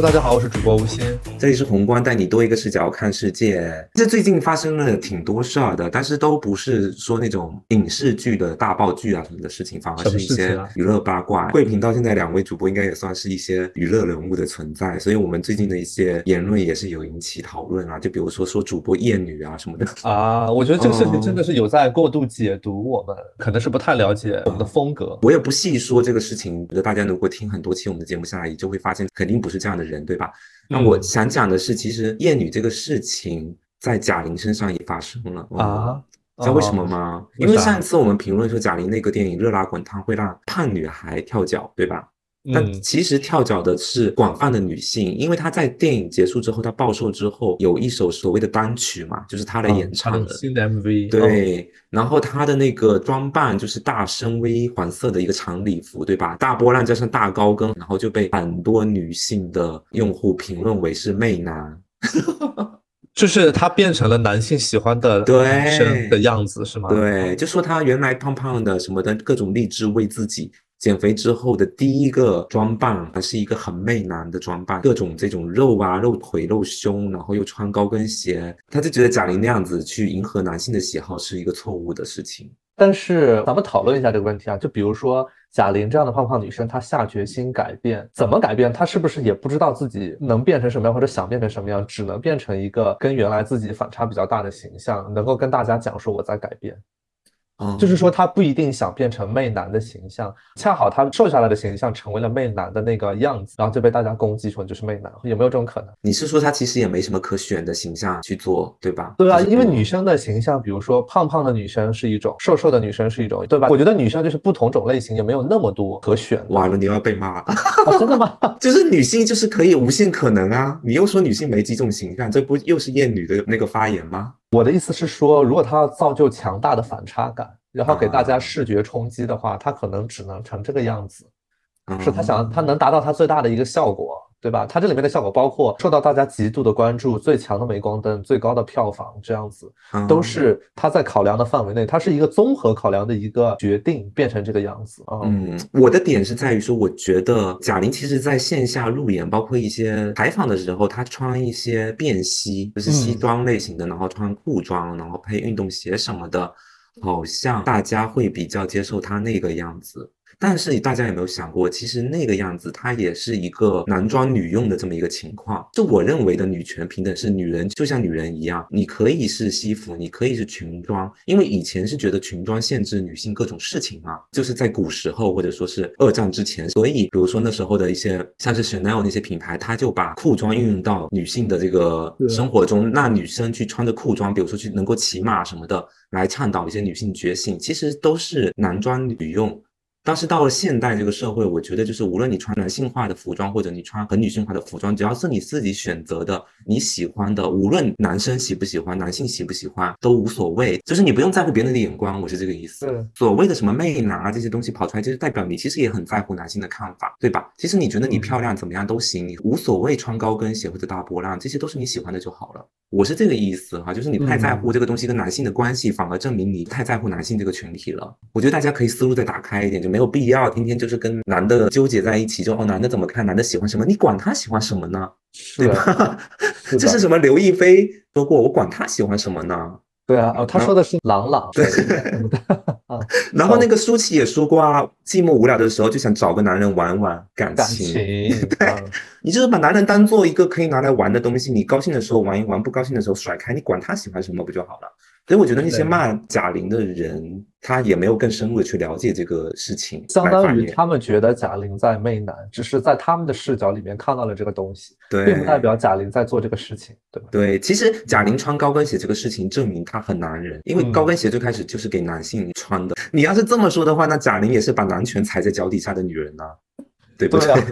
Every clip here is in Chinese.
Hello，大家好，我是主播吴昕。 这里是宏观带你多一个视角看世界。这最近发生了挺多事儿的，但是都不是说那种影视剧的大爆剧啊什么的事情，反而什么是一些事情啊？ 娱乐八卦。贵频道现在两位主播应该也算是一些娱乐人物的存在，所以我们最近的一些言论也是有引起讨论啊，就比如说主播厌女啊什么的。 我觉得这个事情真的是有在过度解读我们，可能是不太了解我们的风格。 我也不细说这个事情，觉得大家如果听很多期我们的节目下来，就会发现肯定不是这样的人，对吧？那我想讲的是，其实厌女这个事情在贾玲身上也发生了。 啊， 知道为什么吗？因为上一次我们评论说贾玲那个电影《热辣滚烫》会让胖女孩跳脚，对吧？但其实跳脚的是广泛的女性，因为她在电影结束之后，她爆售之后有一首所谓的单曲嘛，就是她来演唱的， 新的 MV。 对，然后她的那个装扮就是大深 V 黄色的一个长礼服，对吧？大波浪加上大高跟，然后就被很多女性的用户评论为是媚男。 就是她变成了男性喜欢的女生的对样子，是吗？ 对，就说她原来胖胖的什么的，各种励志为自己减肥之后的第一个装扮，还是一个很媚男的装扮，各种这种肉啊、露腿、露胸，然后又穿高跟鞋，他就觉得贾玲那样子去迎合男性的喜好是一个错误的事情。 但是咱们讨论一下这个问题啊，就比如说贾玲这样的胖胖女生，她下决心改变，怎么改变？她是不是也不知道自己能变成什么样，或者想变成什么样，只能变成一个跟原来自己反差比较大的形象，能够跟大家讲说我在改变。就是说，他不一定想变成媚男的形象，恰好他瘦下来的形象成为了媚男的那个样子，然后就被大家攻击说你就是媚男，有没有这种可能？ 你是说他其实也没什么可选的形象去做，对吧？ 对啊，因为女生的形象，比如说胖胖的女生是一种，瘦瘦的女生是一种，对吧？我觉得女生就是不同种类型，也没有那么多可选。 完了，你要被骂了。 真的吗？ 就是女性就是可以无限可能啊！你又说女性没几种形象，这不又是厌女的那个发言吗？ 我的意思是说，如果她要造就强大的反差感，然后给大家视觉冲击的话，她可能只能成这个样子。是他能达到他最大的一个效果，对吧？他这里面的效果包括受到大家极度的关注、最强的镁光灯、最高的票房，这样子都是他在考量的范围内，它是一个综合考量的一个决定，变成这个样子。 我的点是在于说，我觉得贾玲其实在线下路演，包括一些采访的时候，她穿一些便西，就是西装类型的，然后穿裤装，然后配运动鞋什么的，好像大家会比较接受她那个样子。但是大家有没有想过，其实那个样子它也是一个男装女用的这么一个情况。就我认为的女权平等是女人就像女人一样，你可以是西服，你可以是裙装，因为以前是觉得裙装限制女性各种事情嘛，就是在古时候或者说是二战之前，所以比如说那时候的一些像是 Chanel 那些品牌，它就把裤装运用到女性的这个生活中，那女生去穿着裤装，比如说去能够骑马什么的，来倡导一些女性觉醒，其实都是男装女用。但是到了现代这个社会，我觉得就是无论你穿男性化的服装，或者你穿很女性化的服装，只要是你自己选择的，你喜欢的，无论男生喜不喜欢，男性喜不喜欢都无所谓，就是你不用在乎别人的眼光，我是这个意思。所谓的什么媚男啊这些东西跑出来，就是代表你其实也很在乎男性的看法，对吧？其实你觉得你漂亮怎么样都行，你无所谓穿高跟鞋或者大波浪，这些都是你喜欢的就好了。我是这个意思哈，就是你太在乎这个东西跟男性的关系，反而证明你太在乎男性这个群体了。我觉得大家可以思路再打开一点，就没有必要天天就是跟男的纠结在一起，就男的怎么看，男的喜欢什么，你管他喜欢什么呢？对吧？这是什么？刘亦菲说过，我管他喜欢什么呢？ 对啊，他说的是朗朗。 对。然后那个舒淇也说过啊，寂寞无聊的时候就想找个男人玩玩感情。对，你就是把男人当做一个可以拿来玩的东西，你高兴的时候玩一玩，不高兴的时候甩开，你管他喜欢什么不就好了？所以我觉得那些骂贾玲的人，他也没有更深入的去了解这个事情， 相当于他们觉得贾玲在媚男，只是在他们的视角里面看到了这个东西，并不代表贾玲在做这个事情，对吧？ 对，其实贾玲穿高跟鞋这个事情证明她很男人，因为高跟鞋最开始就是给男性穿的。你要是这么说的话，那贾玲也是把男权踩在脚底下的女人啊，对不对？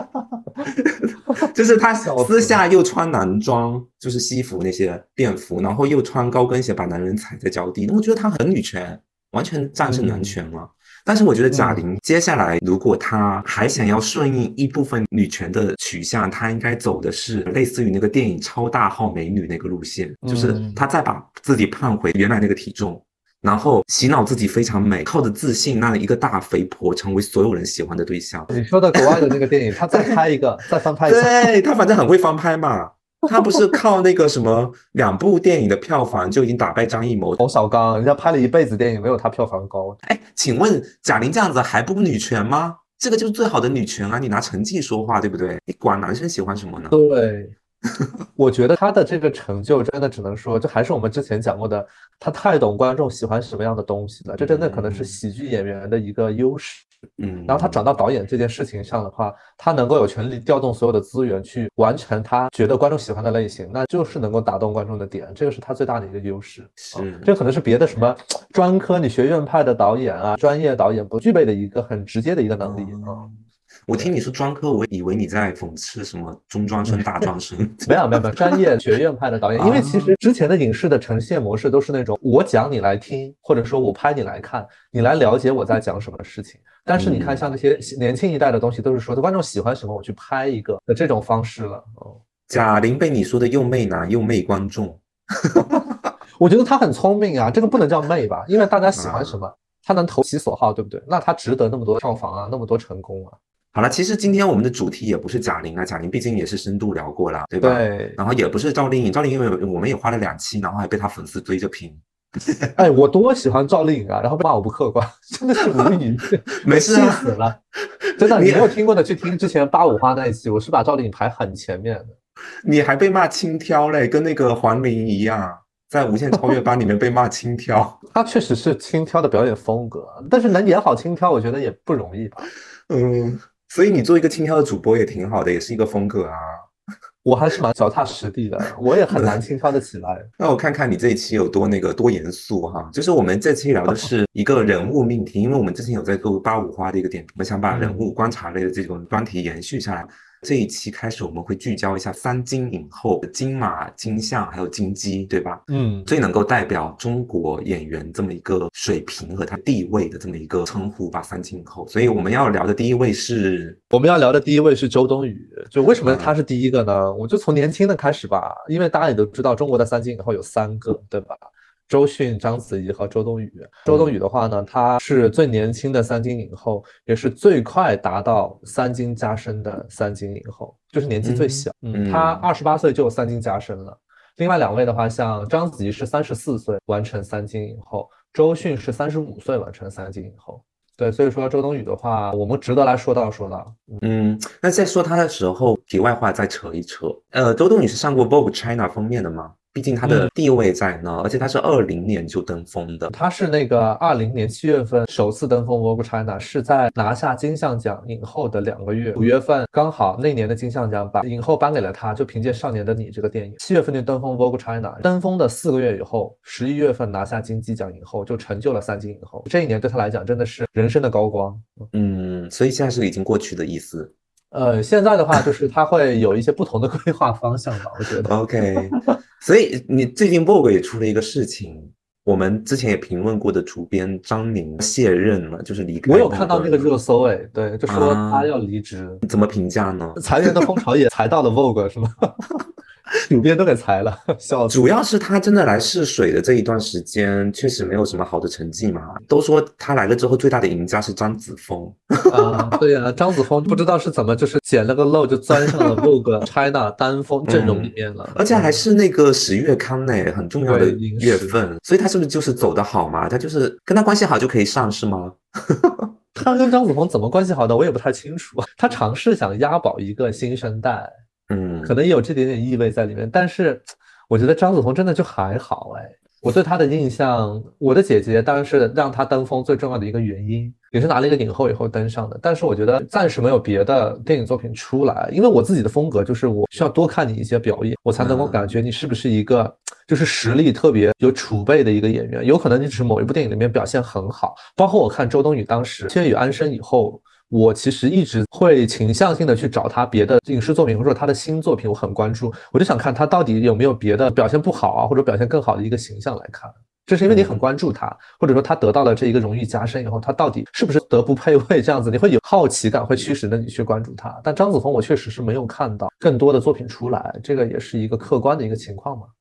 就是她私下又穿男装，就是西服那些便服，然后又穿高跟鞋把男人踩在脚底，那我觉得她很女权，完全战胜男权了。但是我觉得贾玲接下来如果她还想要顺应一部分女权的取向，她应该走的是类似于那个电影超大号美女那个路线，就是她再把自己胖回原来那个体重， 然后洗脑自己非常美，靠着自信让一个大肥婆成为所有人喜欢的对象。 你说的国外的那个电影，他再拍一个，再翻拍一下。 对，他反正很会翻拍嘛。他不是靠那个什么2部电影的票房就已经打败张艺谋。 冯小刚人家拍了一辈子电影，没有他票房高。 哎，请问贾玲这样子还不女权吗？这个就是最好的女权啊！你拿成绩说话，对不对？你管男生喜欢什么呢？ 对，我觉得他的这个成就真的只能说，就还是我们之前讲过的，他太懂观众喜欢什么样的东西了，这真的可能是喜剧演员的一个优势。然后他转到导演这件事情上的话，他能够有权利调动所有的资源去完成他觉得观众喜欢的类型，那就是能够打动观众的点，这个是他最大的一个优势。这可能是别的什么专科你学院派的导演啊，专业导演不具备的一个很直接的一个能力啊。 我听你说专科，我以为你在讽刺什么中专生、大专生。 没有，专业学院派的导演，因为其实之前的影视的呈现模式都是那种我讲你来听，或者说我拍你来看，你来了解我在讲什么事情。但是你看，像那些年轻一代的东西，都是说观众喜欢什么，我去拍一个的这种方式了。 贾玲被你说的又媚男又媚观众， 我觉得他很聪明啊，这个不能叫媚吧，因为大家喜欢什么，他能投其所好，对不对？那他值得那么多票房啊，那么多成功啊。 好了，其实今天我们的主题也不是贾玲啊，贾玲毕竟也是深度聊过了，对吧？ 对。 然后也不是赵丽颖，赵丽颖因为我们也花了2期，然后还被她粉丝追着评。 哎，我多喜欢赵丽颖啊，然后骂我不客观，真的是无语， 没事啊， 气死了。真的，你没有听过的去听之前8-5花那一期，我是把赵丽颖排很前面的。 你还被骂轻佻嘞，跟那个黄龄一样，在无限超越班里面被骂轻佻。 她确实是轻佻的表演风格，但是能演好轻佻，我觉得也不容易吧。 所以你做一个轻佻的主播也挺好的，也是一个风格啊。 我还是蛮脚踏实地的，我也很难轻佻的起来。 那我看看你这一期有多严肃哈，就是我们这期聊的是一个人物命题，因为我们之前有在做8-5花的一个点评，我们想把人物观察类的这种专题延续下来。这一期开始我们会聚焦一下3金影后金马、金像还有金鸡，对吧？最能够代表中国演员这么一个水平和他地位的这么一个称呼吧，3金影后。所以我们要聊的第一位是周冬雨。就为什么他是第一个呢？我就从年轻的开始吧，因为大家也都知道中国的3金影后有3个，对吧？周迅、章子怡和周冬雨。周冬雨的话呢，她是最年轻的3金影后，也是最快达到3金加身的3金影后，就是年纪最小。她28岁就有3金加身了。另外2位的话，像章子怡是34岁完成3金影后，周迅是35岁完成3金影后。对，所以说周冬雨的话，我们值得来说道。 那在说她的时候，题外话再扯一扯。周冬雨是上过 Vogue China 封面的吗？毕竟她的地位在那，而且她是20年就登峰的。 她是那个20年7月份首次登峰 Vogue China， 是在拿下金像奖影后的2个月，5月份刚好那年的金像奖把影后颁给了她，就凭借《少年的你》这个电影，7月份就登峰 Vogue China， 登峰的4个月以后，11月份拿下金鸡奖影后，就成就了3金影后。这一年对她来讲真的是人生的高光。 所以现在是已经过去的意思。 现在的话就是她会有一些不同的规划方向吧，我觉得。 OK。所以你最近 Vogue 也出了一个事情，我们之前也评论过的主编张宁卸任了，就是离开。 我有看到那个热搜，对，就说他要离职。 怎么评价呢？ 裁员的风潮也裁到了 Vogue 是吗？主编都给裁了，笑死。 主要是他真的来试水的这一段时间，确实没有什么好的成绩嘛。都说他来了之后，最大的赢家是张子枫。 对呀，张子枫不知道是怎么就是捡了个漏就钻上了 Vogue China 单峰阵容里面了， 而且还是那个10月刊呢，很重要的月份。所以他是不是就是走得好嘛？他就是跟他关系好就可以上是吗？ 他跟张子枫怎么关系好的我也不太清楚。他尝试想押宝一个新生代，可能也有这点点意味在里面，但是我觉得张子枫真的就还好。我对他的印象，我的姐姐当然是让他登峰最重要的一个原因，也是拿了一个影后以后登上的。但是我觉得暂时没有别的电影作品出来，因为我自己的风格就是我需要多看你一些表演，我才能够感觉你是不是一个就是实力特别有储备的一个演员。有可能你只是某一部电影里面表现很好，包括我看周冬雨当时《千与安生》以后，我其实一直会倾向性的去找他别的影视作品，或者说他的新作品，我很关注，我就想看他到底有没有别的表现不好啊，或者表现更好的一个形象来看。这是因为你很关注他，或者说他得到了这一个荣誉加身以后，他到底是不是德不配位这样子，你会有好奇感，会驱使着你去关注他。但张子枫我确实是没有看到更多的作品出来，这个也是一个客观的一个情况嘛。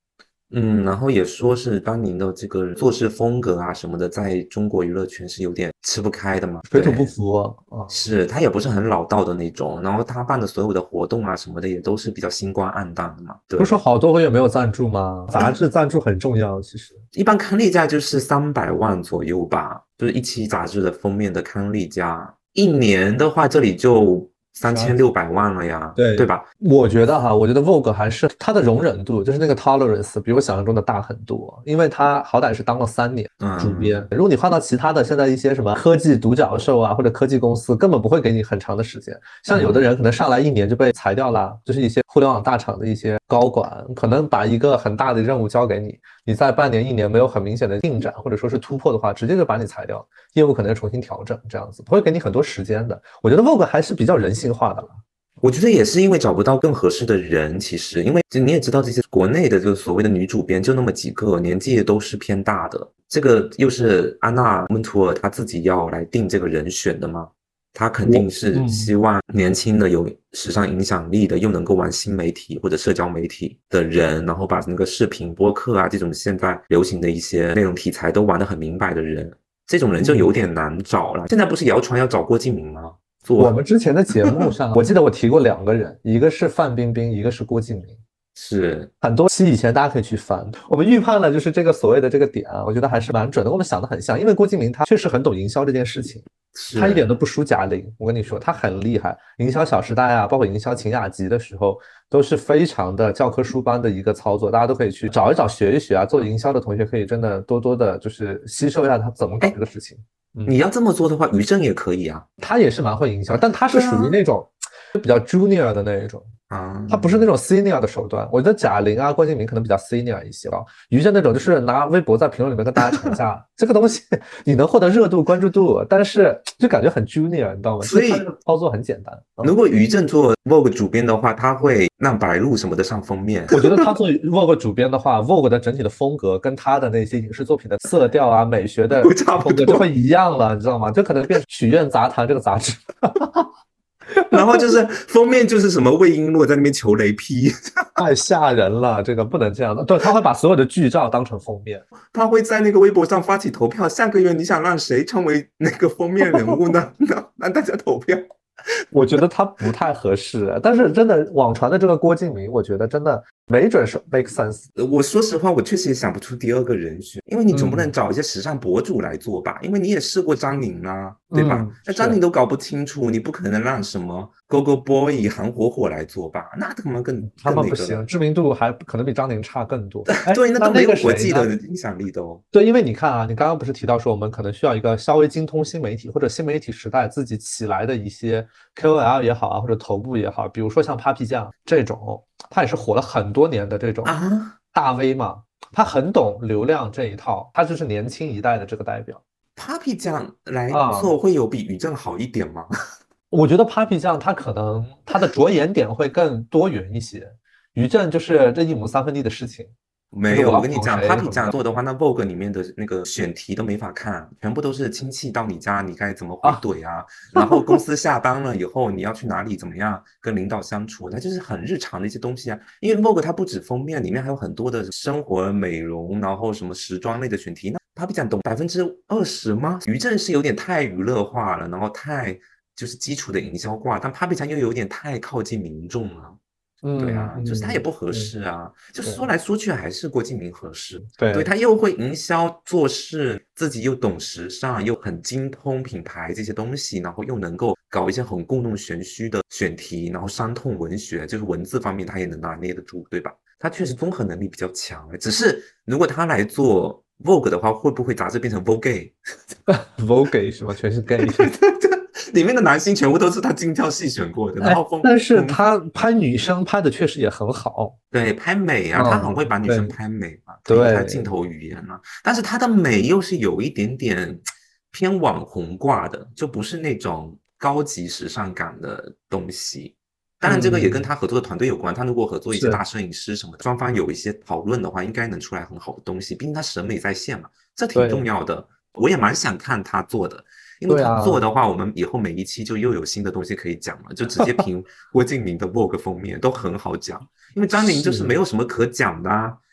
然后也说是当年的这个做事风格啊什么的，在中国娱乐圈是有点吃不开的嘛。 水土不对， 服啊。 是他也不是很老道的那种，然后他办的所有的活动啊什么的也都是比较星光暗淡的嘛。 不是说对， 好多个月没有赞助吗？杂志赞助很重要，其实。 一般刊例价就是300万左右吧，就是一期杂志的封面的刊例价，一年的话这里就3600万了呀，对对， 吧？ 我觉得哈，我觉得 Vogue 还是它的容忍度，就是那个 tolerance 比我想象中的大很多，因为它好歹是当了3年主编。 嗯， 如果你换到其他的现在一些什么科技独角兽啊，或者科技公司，根本不会给你很长的时间。像有的人可能上来1年就被裁掉了，就是一些互联网大厂的一些高管，可能把一个很大的任务交给你，你在半年、1年没有很明显的进展或者说是突破的话，直接就把你裁掉，业务可能要重新调整，这样子不会给你很多时间的。我觉得 Vogue 还是比较人性化的了。 我觉得也是因为找不到更合适的人，其实因为你也知道这些国内的这个所谓的女主编就那么几个，年纪也都是偏大的，这个又是安娜温图尔她自己要来定这个人选的嘛，她肯定是希望年轻的有时尚影响力的，又能够玩新媒体或者社交媒体的人，然后把那个视频播客啊这种现在流行的一些内容题材都玩得很明白的人，这种人就有点难找了。现在不是谣传要找郭敬明吗？ 我们之前的节目上，我记得我提过2个人，一个是范冰冰，一个是郭敬明。 是很多期以前大家可以去翻，我们预判了就是这个所谓的这个点啊，我觉得还是蛮准的，我们想的很像，因为郭敬明他确实很懂营销这件事情，他一点是， 都不输贾玲，我跟你说他很厉害，营销《小时代》啊，包括营销秦雅集的时候，都是非常的教科书般的一个操作，大家都可以去找一找学一学啊，做营销的同学可以真的多多的就是吸收一下他怎么搞哎， 这个事情。 你要这么做的话，于正也可以啊。 他也是蛮会营销，但他是对啊， 属于那种比较 junior 的那一种。 啊， 他不是那种 senior 的手段，我觉得贾玲啊、郭敬明可能比较 senior 一些啊。于正那种就是拿微博在评论里面跟大家吵架，这个东西你能获得热度、关注度，但是就感觉很 junior，你知道吗？其实他这所以个操作很简单。 如果于正做 Vogue 主编的话，他会让白鹿什么的上封面。 我觉得他做 Vogue 主编的话，Vogue 的整体的风格跟他的那些影视作品的色调啊、美学的不差不多， 风格就会一样了，你知道吗？就可能变曲苑杂谈这个杂志。 然后就是封面就是什么魏璎珞在那边求雷劈， 太吓人了，这个不能这样的。对，他会把所有的剧照当成封面。 他会在那个微博上发起投票，下个月你想让谁成为那个封面人物呢？让大家投票。 我觉得他不太合适，但是真的网传的这个郭敬明，我觉得真的没准是 make sense。 我说实话，我确实也想不出第二个人选，因为你总不能嗯找一些时尚博主来做吧？因为你也试过张宁啊，对吧？那张宁是都搞不清楚，你不可能让什么 Go Boy 韩火火来做吧？那他们更他们不行， 更那个了。 知名度还可能比张宁差更多。哎， 对，那那那都没有个谁呢？ 国际的影响力的哦。 对，因为你看啊，你刚刚不是提到说我们可能需要一个稍微精通新媒体或者新媒体时代自己起来的一些 KOL 也好啊，或者头部也好，比如说像 Papi 酱这种，他也是火了很多年的这种啊大 V 嘛，他很懂流量这一套，他就是年轻一代的这个代表。 ，Papi 酱来啊， 做会有比于正好一点吗？ 我觉得 Papi 酱他可能他的着眼点会更多元一些，于正就是这一亩三分地的事情，就是没有， 我要我跟你讲，Papi 捧谁什么的酱做的话，那 Vogue 里面的那个选题都没法看，全部都是亲戚到你家，你该怎么回啊。 怼啊？然后公司下班了以后，你要去哪里，怎么样跟领导相处？那就是很日常的一些东西啊。因为 Vogue 它不止封面，里面还有很多的生活美容，然后什么时装类的选题。那 Papi 酱懂20%吗？于正是有点太娱乐化了，然后太就是基础的营销挂，但 Papi 酱又有点太靠近民众了。对啊，就是他也不合对适啊，就对说来说去还是郭敬明合适。对， 对， 他又会营销做事，自己又懂时尚，又很精通品牌这些东西，然后又能够搞一些很故弄玄虚的选题，然后伤痛文学，就是文字方面他也能拿捏得住，对吧？他确实综合能力比较强，只是如果他来做 Vogue 的话，会不会杂志变成 Vogue？ Vogue 是吗？全是 gay。 里面的男星全部都是他精挑细选过的，然哎， 后但是他拍女生拍的确实也很好。 对，拍美啊，他很会嗯， 把女生对拍美嘛，对，有他镜对， 头语言啊，但是他的美又是有一点点偏网红挂的，就不是那种高级时尚感的东西。当然，这个也跟嗯， 他合作的团队有关。他如果合作一些大是， 摄影师什么的，双方有一些讨论的话，应该能出来很好的东西。毕竟他审美在线嘛，这挺重对要的。我也蛮想看他做的，因为他做对啊。 的话，我们以后每一期就又有新的东西可以讲了，就直接凭郭敬明的 Vogue 封面都很好讲。因为张宁就是没是， 有什么可讲的啊，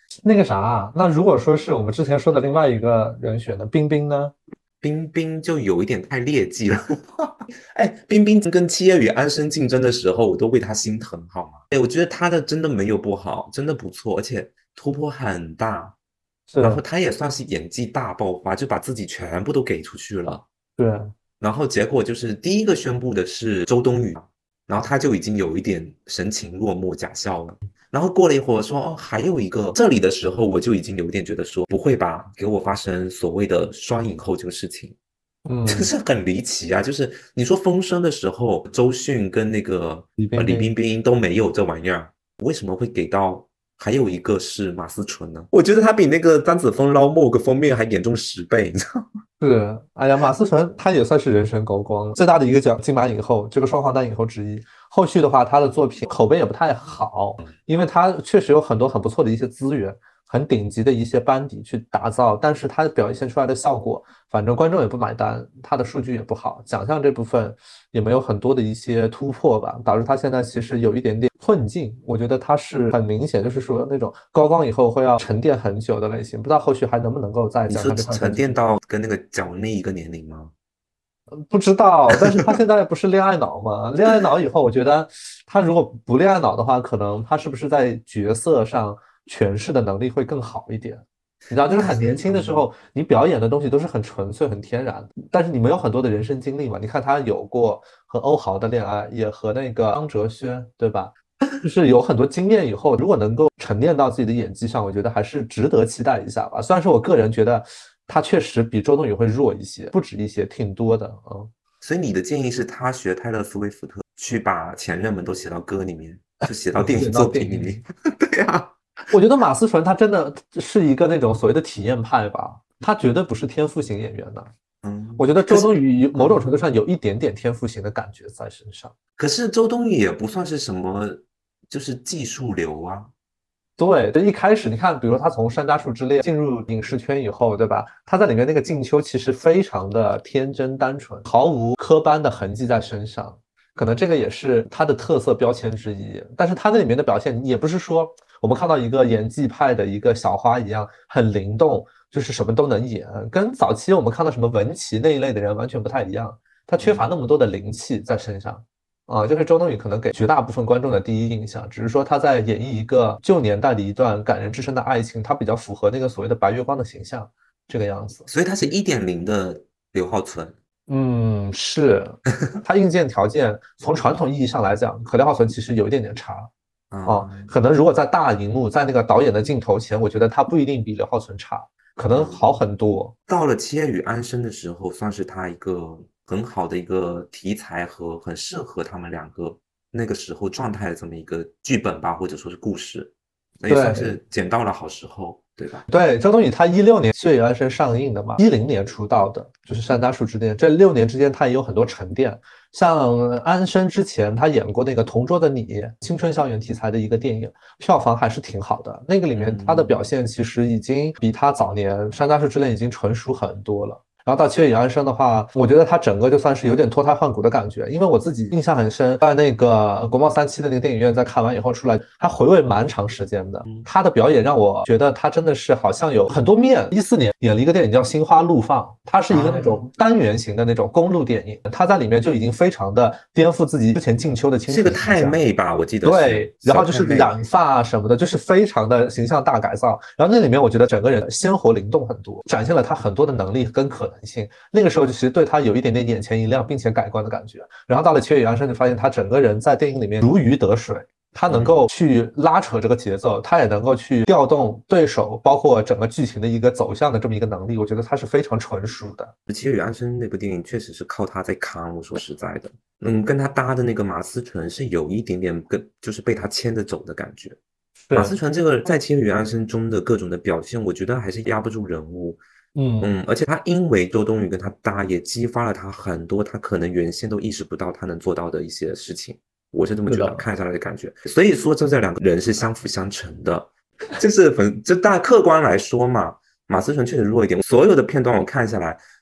那个啥，那如果说是我们之前说的另外一个人选的冰冰呢？ 冰冰就有一点太劣迹了。哎，冰冰跟七夜与安生竞争的时候，我都为他心疼，好吗？哎，我觉得他的真的没有不好，真的不错，而且突破很大。然后是， 他也算是演技大爆发，就把自己全部都给出去了。 对， 然后结果就是第一个宣布的是周冬雨，然后他就已经有一点神情落寞假笑了。然后过了一会儿说哦还有一个这里的时候，我就已经有点觉得说不会吧，给我发生所谓的双影后这个事情。就嗯， 是很离奇啊！就是你说风声的时候，周迅跟那个李冰李冰冰。 冰都没有这玩意儿，为什么会给到还有一个是马思纯呢？我觉得他比那个张子枫捞某个封面还严重10倍，你知道吗？ 是，哎呀，马思纯她也算是人生高光，最大的一个奖金马影后，这个双黄蛋影后之一。后续的话，她的作品口碑也不太好，因为她确实有很多很不错的一些资源，很顶级的一些班底去打造，但是她表现出来的效果，反正观众也不买单，她的数据也不好，奖项这部分也没有很多的一些突破吧，导致她现在其实有一点点困境。我觉得她是很明显，就是说那种高光以后会要沉淀很久的类型，不知道后续还能不能够在你说奖项这块再沉淀继续发挥。 到跟那个蒋雯丽一个年龄吗？ 不知道，但是他现在不是恋爱脑吗？恋爱脑以后，我觉得他如果不恋爱脑的话，可能他是不是在角色上诠释的能力会更好一点？你知道，就是那很年轻的时候，你表演的东西都是很纯粹、很天然的，但是你没有很多的人生经历嘛。你看他有过和欧豪的恋爱，也和那个张哲轩，对吧？就是有很多经验以后，如果能够沉淀到自己的演技上，我觉得还是值得期待一下吧。虽然说我个人觉得他确实比周冬雨会弱一些，不止一些，挺多的。嗯， 所以你的建议是他学泰勒·斯威夫特，去把前任们都写到歌里面，就写到电影写到作品里面。 电影里。 对啊， 我觉得马思纯他真的是一个那种所谓的体验派吧，他绝对不是天赋型演员的。 嗯， 我觉得可是， 周冬雨某种程嗯。 度上有一点点天赋型的感觉在身上。 可是周冬雨也不算是什么，就是技术流啊。 对，就一开始你看，比如说他从《山楂树之恋》进入影视圈以后，对吧？他在里面那个静秋其实非常的天真单纯，毫无科班的痕迹在身上，可能这个也是他的特色标签之一。但是他那里面的表现也不是说我们看到一个演技派的一个小花一样很灵动，就是什么都能演，跟早期我们看到什么文淇那一类的人完全不太一样，他缺乏那么多的灵气在身上。啊，就是周冬雨可能给绝大部分观众的第一印象，只是说她在演绎一个旧年代的一段感人至深的爱情，她比较符合那个所谓的白月光的形象，这个样子。 所以他是1.0的刘浩存。 嗯，是，她硬件条件从传统意义上来讲，和廖浩存其实有一点点差啊。 啊可能如果在大荧幕，在那个导演的镜头前，我觉得他不一定比刘浩存差，可能啊， 好很多。 到了《七夜与安生》的时候，算是他一个很好的一个题材和很适合他们两个那个时候状态的这么一个剧本吧，或者说是故事，那也算对， 是捡到了好时候，对吧？ 对，周冬雨她16年《血雨安生》上映的嘛，10年出道的，就是《山楂树之恋》。这6年之间，她也有很多沉淀。像安生之前，她演过那个《同桌的你》，青春校园题材的一个电影，票房还是挺好的。那个里面她的嗯， 表现其实已经比她早年《山楂树之恋》已经成熟很多了。然后到七月与安生的话，我觉得他整个就算是有点脱胎换骨的感觉，因为我自己印象很深，在那个国贸37的那个电影院，在看完以后出来，他回味蛮长时间的。 嗯他的表演让我觉得他真的是好像有很多面。14年演了一个电影叫《心花怒放》，它是一个那啊， 种单元型的那种公路电影，他在里面就已经非常的颠覆自己之前静秋的清是个纯形象。 太妹吧？我记得是对，然小后就是太妹。 染发啊什么的，就是非常的形象大改造。然后那里面我觉得整个人鲜活灵动很多，展现了他很多的能力跟可能性。那个时候就其实对他有一点点眼前一亮，并且改观的感觉。然后到了《七月与安生》，就发现他整个人在电影里面如鱼得水。他能嗯， 够去拉扯这个节奏，他也能够去调动对手，包括整个剧情的一个走向的这么一个能力，我觉得他是非常纯熟的。 《七月与安生》那部电影确实是靠他在扛，我说实在的，跟他搭的那个马思纯是有一点点就是被他牵着走的感觉。马思是， 纯这个在《七月与安生》中的各种的表现，我觉得还是压不住人物。 嗯， 而且他因为周冬雨跟他搭，也激发了他很多他可能原先都意识不到他能做到的一些事情。我是这么觉得， 是的， 看下来的感觉。所以说，这两个人是相辅相成的。就是就大客观来说嘛，马思纯确实弱一点。所有的片段我看下来，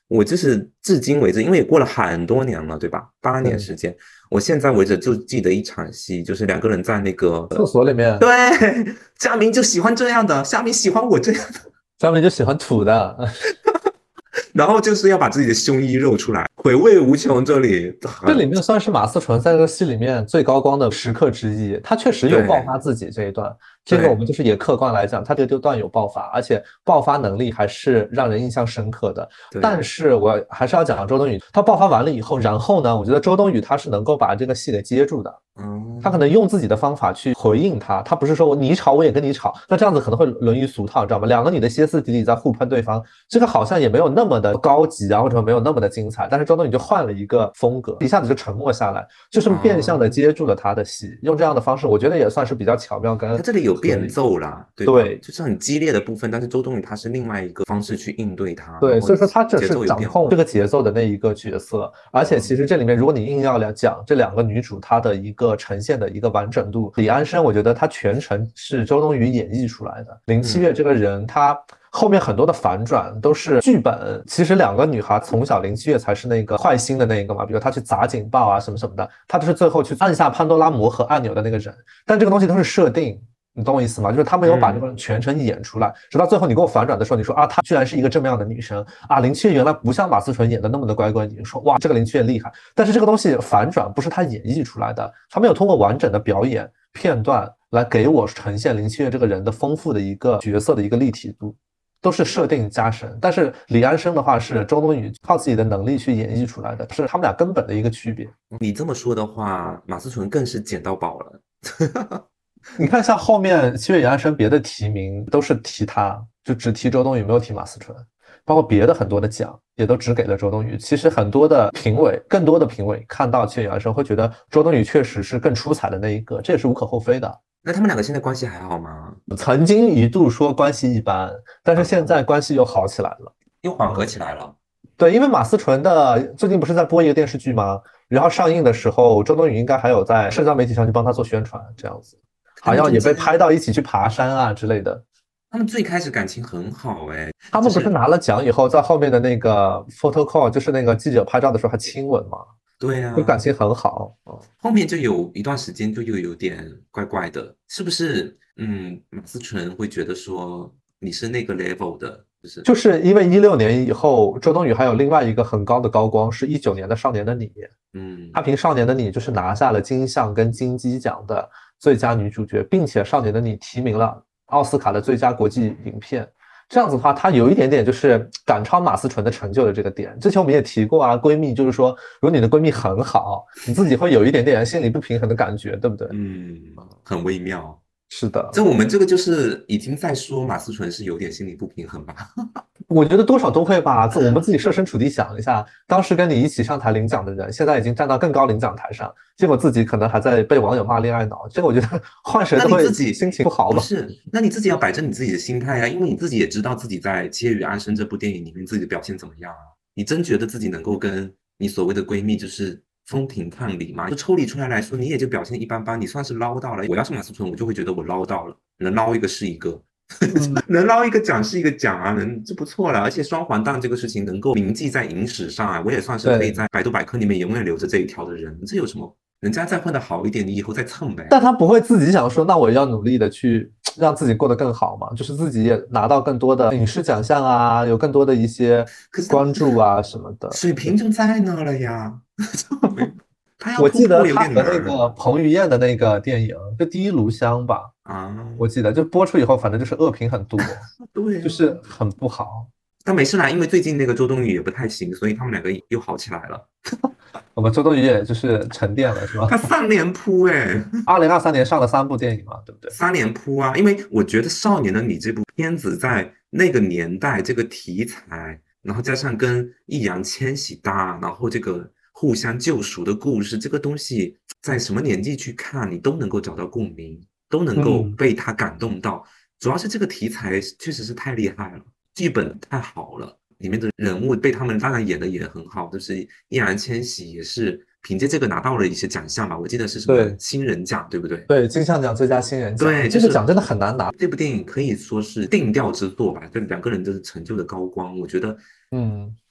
我就是至今为止，因为也过了很多年了，对吧？8年对， 时间，我现在为止就记得一场戏，就是两个人在那个， 厕所里面， 对，佳明就喜欢这样的，佳明喜欢我这样的， 张明就喜欢土的。 然后就是要把自己的胸衣露出来，回味无穷。这里很这里面算是马思纯在这个戏里面最高光的时刻之一，他确实有爆对发自己这一段，这个我对们就是也客观来讲，他这段有爆发，而且爆发能力还是让人印象深刻的。但对， 是我还是要讲周冬雨，他爆发完了以后，然后呢，我觉得周冬雨他是能够把这个戏给接住的。他可嗯， 能用自己的方法去回应他，他不是说你吵我也跟你吵，那这样子可能会沦于俗套，你知道吗？两个女的歇斯底里在互喷对方，这个好像也没有那么的高级啊，或者没有那么的精彩。但是周冬雨就换了一个风格，一下子就沉默下来，就是变相的啊， 接住了他的戏，用这样的方式，我觉得也算是比较巧妙跟他这里有变合理。 奏啦，对吧？ 对， 就是很激烈的部分，但是周冬雨她是另外一个方式去应对它，然对， 后所以说他只节是奏有变化。 掌控这个节奏的那一个角色，而且其嗯实这里面，如果你硬要来讲这两个女主她的一个呈现的一个完整度，李安生我觉得她全程是周冬雨演绎出来的。林七月嗯这个人，她后面很多的反转都是剧本，其实两个女孩从小林七月才是那个坏心的那个嘛，比如她去砸警报啊什么什么的，她就是最后去按下潘多拉魔盒按钮的那个人，但这个东西都是设定。你懂我意思吗？就是他没有把这个嗯， 全程演出来，直到最后你给我反转的时候，你说啊，她居然是一个这么样的女生啊，林七月原来不像马思纯演的那么的乖乖，你就说哇，这个林七月厉害。但是这个东西反转不是她演绎出来的，她没有通过完整的表演片段来给我呈现林七月这个人的丰富的一个角色的一个立体度，都是设定加深。但是李安生的话是周冬雨靠自己的能力去演绎出来的，是他们俩根本的一个区别。 你这么说的话，马思纯更是捡到宝了。 你看，像后面七月与安生别的提名都是提他，就只提周冬雨，没有提马思纯，包括别的很多的奖也都只给了周冬雨。其实很多的评委，更多的评委看到七月与安生会觉得周冬雨确实是更出彩的那一个，这也是无可厚非的。 那他们两个现在关系还好吗？ 曾经一度说关系一般，但是现啊， 在关系又好起来了。 又缓和起来了。 对，因为马思纯的最近不是在播一个电视剧吗？然后上映的时候，周冬雨应该还有在社交媒体上去帮他做宣传，这样子， 他们好像也被中间， 拍到一起去爬山啊之类的。 他们最开始感情很好哎， 他就是们不是拿了奖以后，在后面的那个 photo call，就是那个记者拍照的时候还亲吻嘛， 对啊， 就感情很好。 后面就有一段时间就又有点怪怪的，是不是？马思纯会觉得说你是那个 level 的，就是就是因为16年以后，周冬雨还有另外一个很高的高光，是19年的《少年的你》，她嗯凭《少年的你》就是拿下了金像跟金鸡奖的最佳女主角，并且《少年的你》提名了奥斯卡的最佳国际影片。这样子的话，她有一点点就是赶超马思纯的成就的这个点。之前我们也提过啊，闺蜜就是说，如果你的闺蜜很好，你自己会有一点点心理不平衡的感觉，对不对？ 嗯，很微妙。 是的。 这我们这个就是已经在说马思纯是有点心理不平衡吧？ 我觉得多少都会吧。我们自己设身处地想一下，当时跟你一起上台领奖的人，现在已经站到更高领奖台上，结果自己可能还在被网友骂恋爱脑，这个我觉得换谁那都会你自己心情不好吧。 不是？那你自己要摆正你自己的心态呀，因为你自己也知道自己在《七月与安生》这部电影里面自己的表现怎么样啊？你真觉得自己能够跟你所谓的闺蜜就是风评抗礼吗？就抽离出来说，你也就表现一般般，你算是捞到了。我要是马思纯，我就会觉得我捞到了，能捞一个是一个。 嗯， 能捞一个奖是一个奖啊，这不错了。而且双黄蛋这个事情能够铭记在影史上啊，我也算是可以对， 在百度百科里面永远留着这一条的人。这有什么？人家再混得好一点，你以后再蹭呗。 但他不会自己想说，那我要努力的去让自己过得更好嘛，就是自己也拿到更多的影视奖项啊，有更多的一些可是他关注啊什么的。 水平就在那了呀，他要我记得突破有他和那点难个彭于晏的那个电影，就《第一炉香》吧， 啊。 我记得就播出以后，反正就是恶评很多， 对啊， 就是很不好。 但没事啦，因为最近那个周冬雨也不太行，所以他们两个又好起来了。 我们周冬雨也就是沉淀了，是吧？ 他三连扑哎， 2023年上了3部电影嘛，对不对？ 三连扑啊！因为我觉得《少年的你》这部片子在那个年代，这个题材，然后加上跟易烊千玺搭，然后这个互相救赎的故事，这个东西在什么年纪去看，你都能够找到共鸣，都能够嗯， 被他感动到。主要是这个题材确实是太厉害了，剧本太好了，里面的人物被他们当然演的也很好，就是易烊千玺也是凭借这个拿到了一些奖项吧，我记得是什么对新人奖，对不对？ 对，金像奖最佳新人奖， 对，就是这个奖真的很难拿。 这部电影可以说是定调之作吧，就两个人的成就的高光，我觉得， 嗯，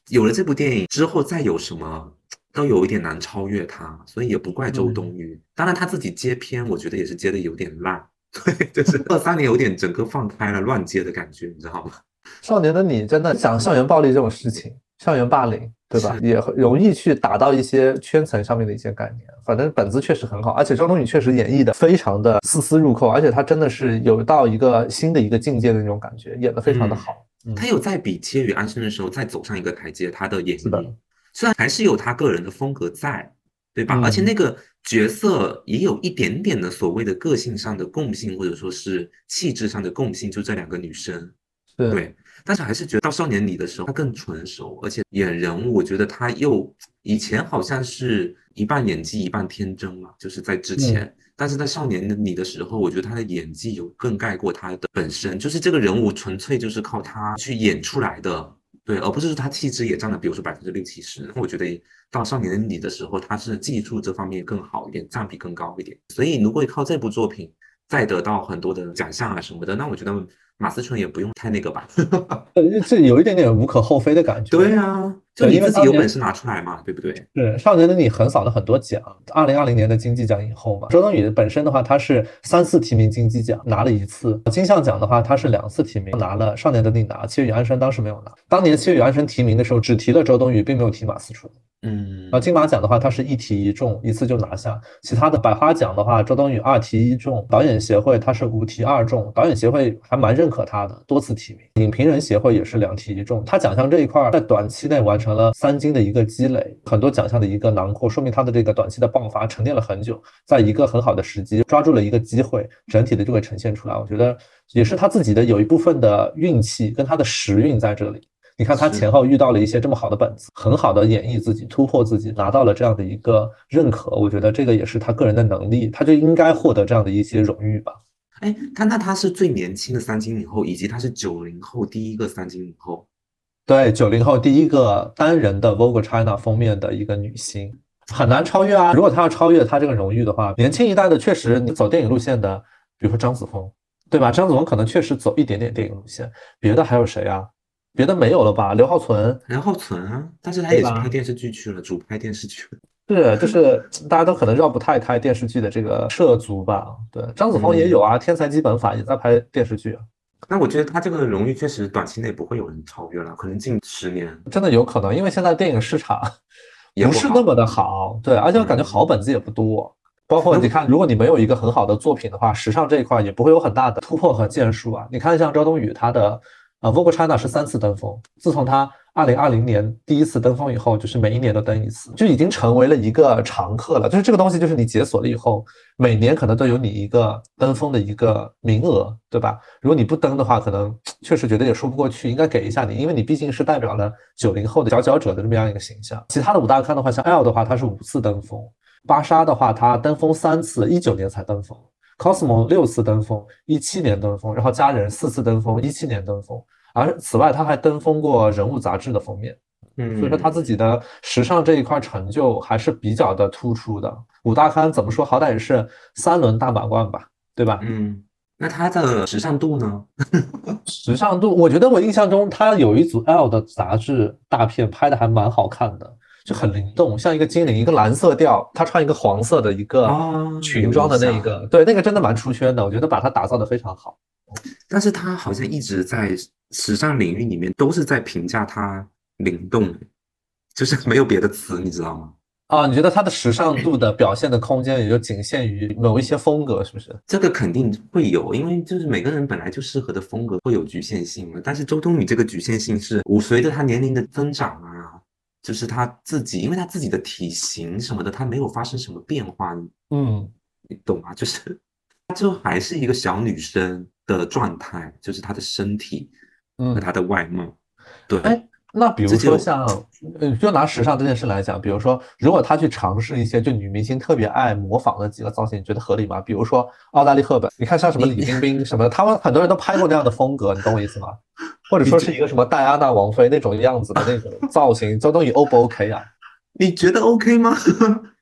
有了这部电影之后，再有什么都有一点难超越他，所以也不怪周冬雨。当然他自己接片，我觉得也是接的有点烂，对，就是23年有点整个放开了乱接的感觉，你知道吗？ 少年的你真的讲校园暴力这种事情，校园霸凌，对吧？ 是， 也很容易去打到一些圈层上面的一些概念。反正本子确实很好，而且周冬雨确实演绎的非常的丝丝入扣，而且她真的是有到一个新的一个境界的那种感觉，演得非常的嗯， 好。 他有在比《七月与安生》的时候再走上一个台阶，他的演是的， 绎虽然还是有他个人的风格在，对吧？而且那嗯， 个角色也有一点点的所谓的个性上的共性，或者说是气质上的共性，就这两个女生。 是， 对，但是还是觉得到少年里的时候，他更纯熟，而且演人物，我觉得他又以前好像是一半演技一半天真嘛，就是在之嗯。 前，但是在少年里的时候，我觉得他的演技有更盖过他的本身，就是这个人物纯粹就是靠他去演出来的，对，而不是说他气质也占了，比如说60%、70%。我觉得到少年里的时候，他是技术这方面更好一点，占比更高一点，所以如果靠这部作品再得到很多的奖项啊什么的，那我觉得马思纯也不用太那个吧。 这有一点点无可厚非的感觉。 对啊，就对， 你因为当年自己有本事拿出来嘛，对不对？ 是少年的你横扫了很多奖，2020年的金鸡奖影后嘛。周冬雨本身的话，她是3次提名金鸡奖，拿了1次；金像奖的话，她是2次提名，拿了少年的你拿，七月与安生当时没有拿。当年七月与安生提名的时候，只提了周冬雨，并没有提马思纯。 嗯， 金马奖的话，它是一提一中，一次就拿下。其他的百花奖的话，周冬雨2提1中，导演协会它是5提2中，导演协会还蛮认可他的，多次提名。影评人协会也是2提1中，他奖项这一块在短期内完成了3金的一个积累，很多奖项的一个囊括，说明他的这个短期的爆发沉淀了很久，在一个很好的时机抓住了一个机会，整体的就会呈现出来。我觉得也是他自己的有一部分的运气跟他的时运在这里。你看他前是， 后遇到了一些这么好的本子，很好的演绎自己，突破自己，拿到了这样的一个认可。我觉得这个也是他个人的能力，他就应该获得这样的一些荣誉吧。 哎，他是最年轻的3金影后，以及他是90后第一个3金影后。 对，90后第一个单人的 Vogue China 封面的一个女星，很难超越啊。如果她要超越她这个荣誉的话，年轻一代的确实你走电影路线的，比如说张子枫，对吧？张子枫可能确实走一点点电影路线，别的还有谁啊？别的没有了吧？刘浩存， 然后存啊，但是他对吧？ 也是拍电视剧去了，主拍电视剧了。 是，就是大家都可能绕不太开电视剧的这个涉足吧。对，张子枫也有嗯， 啊，《天才基本法》也在拍电视剧啊， 那我觉得他这个荣誉确实短期内不会有人超越了，可能近10年真的有可能，因为现在电影市场也不好。 不是那么的好，对，而且我感觉好嗯， 本子也不多。包括那我你看，如果你没有一个很好的作品的话，时尚这一块也不会有很大的突破和建树啊。你看，像周冬雨，她的Vogue China 是3次登峰，自从她2020年第一次登峰以后，就是每一年都登一次，就已经成为了一个常客了。就是这个东西，就是你解锁了以后，每年可能都有你一个登峰的一个名额，对吧？如果你不登的话，可能确实觉得也说不过去，应该给一下你，因为你毕竟是代表了90后的佼佼者的这么样一个形象。其他的五大咖的话，像 L 的话，他是5次登峰。芭莎的话，它登峰3次，19年才登峰；Cosmo 6次登峰，17年登峰，然后佳人4次登峰，17年登峰。而此外，他还登峰过人物杂志的封面，所以说他嗯， 自己的时尚这一块成就还是比较的突出的。武大刊怎么说，好歹也是3轮大满贯吧，对吧？ 嗯，那他的时尚度呢？ 时尚度，我觉得我印象中他有一组 L 的杂志大片拍的还蛮好看的，就很灵动，像一个精灵，一个蓝色调，他穿一个黄色的一个有裙装的那一印象， 个，对，那个真的蛮出圈的，我觉得把它打造的非常好。 但是他好像一直在时尚领域里面都是在评价他灵动，就是没有别的词，你知道吗？ 啊，你觉得它的时尚度的表现的空间也就仅限于某一些风格，是不是？ 这个肯定会有，因为就是每个人本来就适合的风格会有局限性嘛。但是周冬雨这个局限性是随着她年龄的增长啊，就是她自己，因为她自己的体型什么的，她没有发生什么变化， 嗯你懂吗？就是她就还是一个小女生的状态，就是她的身体和嗯。 她的外貌，对， 哎，那比如说这就像，就拿时尚这件事来讲，比如说，如果他去尝试一些就女明星特别爱模仿的几个造型，你觉得合理吗？比如说奥黛丽·赫本，你看像什么你李冰冰什么的，他们很多人都拍过那样的风格，你懂我意思吗？或者你觉说是一个什么戴安娜王妃那种样子的那种造型，周冬雨 O 不 OK 啊？ 你觉得 OK 吗？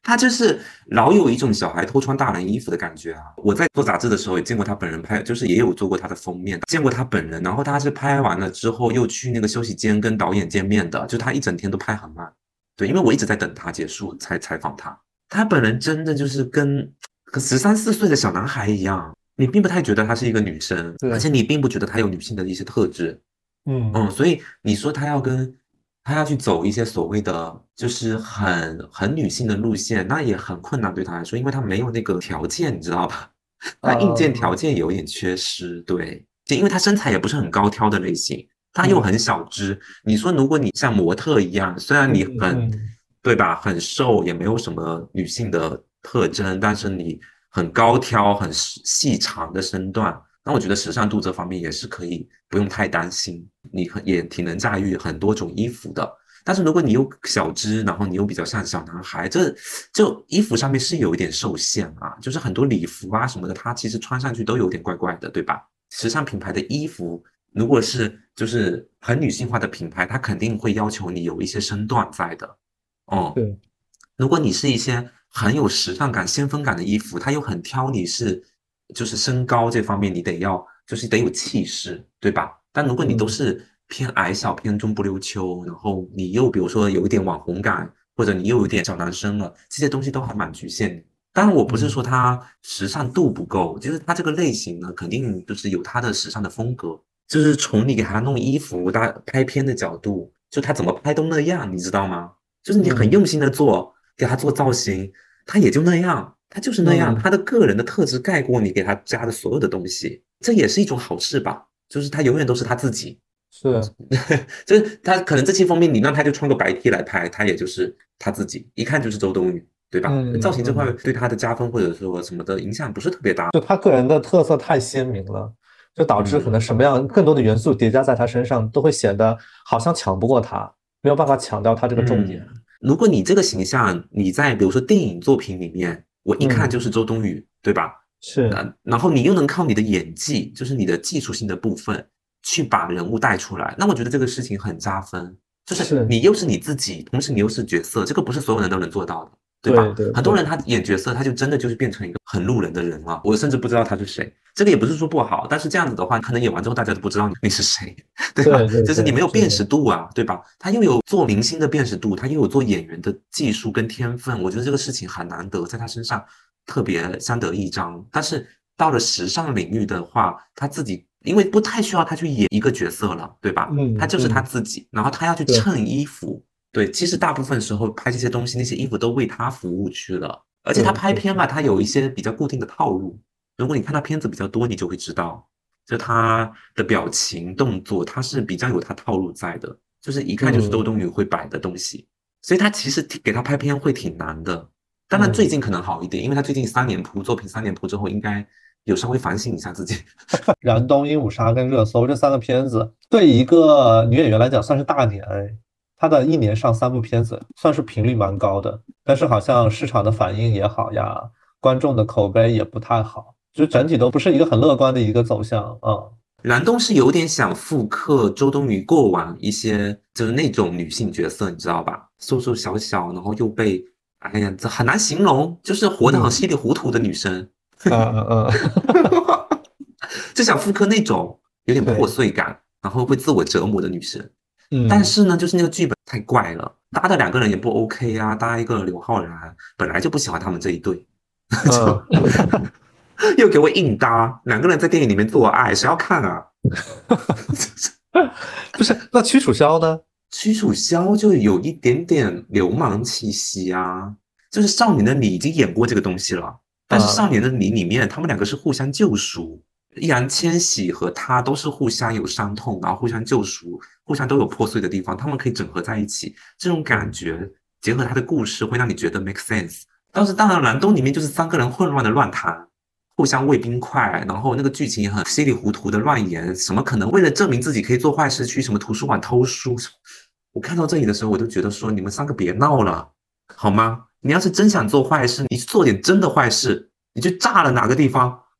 他就是老有一种小孩偷穿大人衣服的感觉啊！我在做杂志的时候也见过他本人拍，就是也有做过他的封面，见过他本人。然后他是拍完了之后又去那个休息间跟导演见面的，就他一整天都拍很慢。对，因为我一直在等他结束才采访他。他本人真的就是跟13、14岁的小男孩一样，你并不太觉得他是一个女生，而对， 且你并不觉得他有女性的一些特质。 嗯， 所以你说他要去走一些所谓的就是很女性的路线，那也很困难对他来说，因为他没有那个条件，你知道吧？他硬件条呃， 件有点缺失，对，就因为他身材也不是很高挑的类型，他又嗯很小只。你说如果你像模特一样，虽然嗯你很， 嗯对吧，很瘦，也没有什么女性的特征，但是你很高挑、很细长的身段，那我觉得时尚度这方面也是可以不用太担心。你也挺能驾驭很多种衣服的。但是如果你又小只，然后你又比较像小男孩，这衣服上面是有一点受限啊，就是很多礼服啊什么的，它其实穿上去都有点怪怪的，对吧？时尚品牌的衣服，如果是就是很女性化的品牌，它肯定会要求你有一些身段在的。哦、 对， 如果你是一些很有时尚感、先锋感的衣服，它又很挑你是就是身高这方面，你就是得有气势，对吧？但如果你都嗯是偏矮小、偏中不溜秋，然后你又比如说有一点网红感，或者你又有点小男生了，这些东西都还蛮局限的。当然，我不是嗯说它时尚度不够，就是它这个类型呢，肯定就是有它的时尚的风格，就是从你给他弄衣服、他拍片的角度，就他怎么拍都那样，你知道吗？就是你很嗯用心的做，给他做造型，他也就那样，他就是那样， 嗯， 他的个人的特质盖过你给他加的所有的东西，这也是一种好事吧？就是他永远都是他自己， 是， 就是他可能这期封面你让他就穿个白 T 来拍，他也就是他自己，一看就是周冬雨，对吧？造型这块嗯， 对他的加分或者说什么的影响不是特别大。 就他个人的特色太鲜明了，就导致可能嗯什么样更多的元素叠加在他身上，都会显得好像抢不过他，没有办法抢掉他这个重点。 如果你这个形象你在比如说电影作品里面，我一看就嗯， 是周冬雨，对吧？ 是然后你又能靠你的演技，就是你的技术性的部分，去把人物带出来，那我觉得这个事情很加分。就是是， 你又是你自己，同时你又是角色，这个不是所有人都能做到的，对吧？ 对对对很多人他演角色，他就真的就是变成一个很路人的人了，我甚至不知道他是谁。这个也不是说不好，但是这样子的话，可能演完之后大家都不知道你是谁，对吧？ 对对就是你没对，是的， 有辨识度啊，对吧？他又有做明星的辨识度，他又有做演员的技术跟天分，我觉得这个事情很难得，在他身上特别相得益彰。但是到了时尚领域的话，他自己因为不太需要他去演一个角色了，对吧？他就是他嗯嗯， 自己，然后他要去是， 衬衣服，对，其实大部分时候拍这些东西，那些衣服都为他服务去了。而且他是是是， 拍片嘛，他有一些比较固定的套路。如果你看他片子比较多，你就会知道，就他的表情动作，他是比较有他套路在的，就是一看就是周嗯冬雨会摆的东西。所以他其实给他拍片会挺难的。当然最嗯。 近可能好一点，因为他最近三年扑作品三年扑之后，应该有稍微反省一下自己。 燃冬、鹦鹉杀跟热搜这三个片子，对一个女演员来讲算是大年哎。她的一年上3部片子，算是频率蛮高的。但是好像市场的反应也好呀，观众的口碑也不太好，就整体都不是一个很乐观的一个走向啊。 蓝东是有点想复刻周冬雨过往一些就是那种女性角色，你知道吧？瘦瘦小小，然后又被，哎呀，这很难形容，就是活得很嗯稀里糊涂的女生。就想复刻那种有点破对， 碎感，然后会自我折磨的女生。但嗯是呢，就是那个剧本太怪了，搭的两个人也不 OK 啊，搭一个刘昊然，本来就不喜欢他们这一对， 嗯， 又给我硬搭，两个人在电影里面做爱，谁要看啊？ 不是，那屈楚萧呢？ 屈楚萧就有一点点流氓气息啊，就是《少年的你》已经演过这个东西了，但是《少啊， 年的你》里面他们两个是互相救赎，易烊千玺和他都是互相有伤痛，然后互相救赎，互相都有破碎的地方，他们可以整合在一起，这种感嗯觉结合他的故事会让你觉得 make sense。但是当然，蓝东里面就是三个人混乱的乱谈，互相喂冰块，然后那个剧情也很稀里糊涂的乱演，什么可能为了证明自己可以做坏事去什么图书馆偷书，我看到这里的时候，我就觉得说你们三个别闹了，好吗？你要是真想做坏事，你去做点真的坏事，你去炸了哪个地方，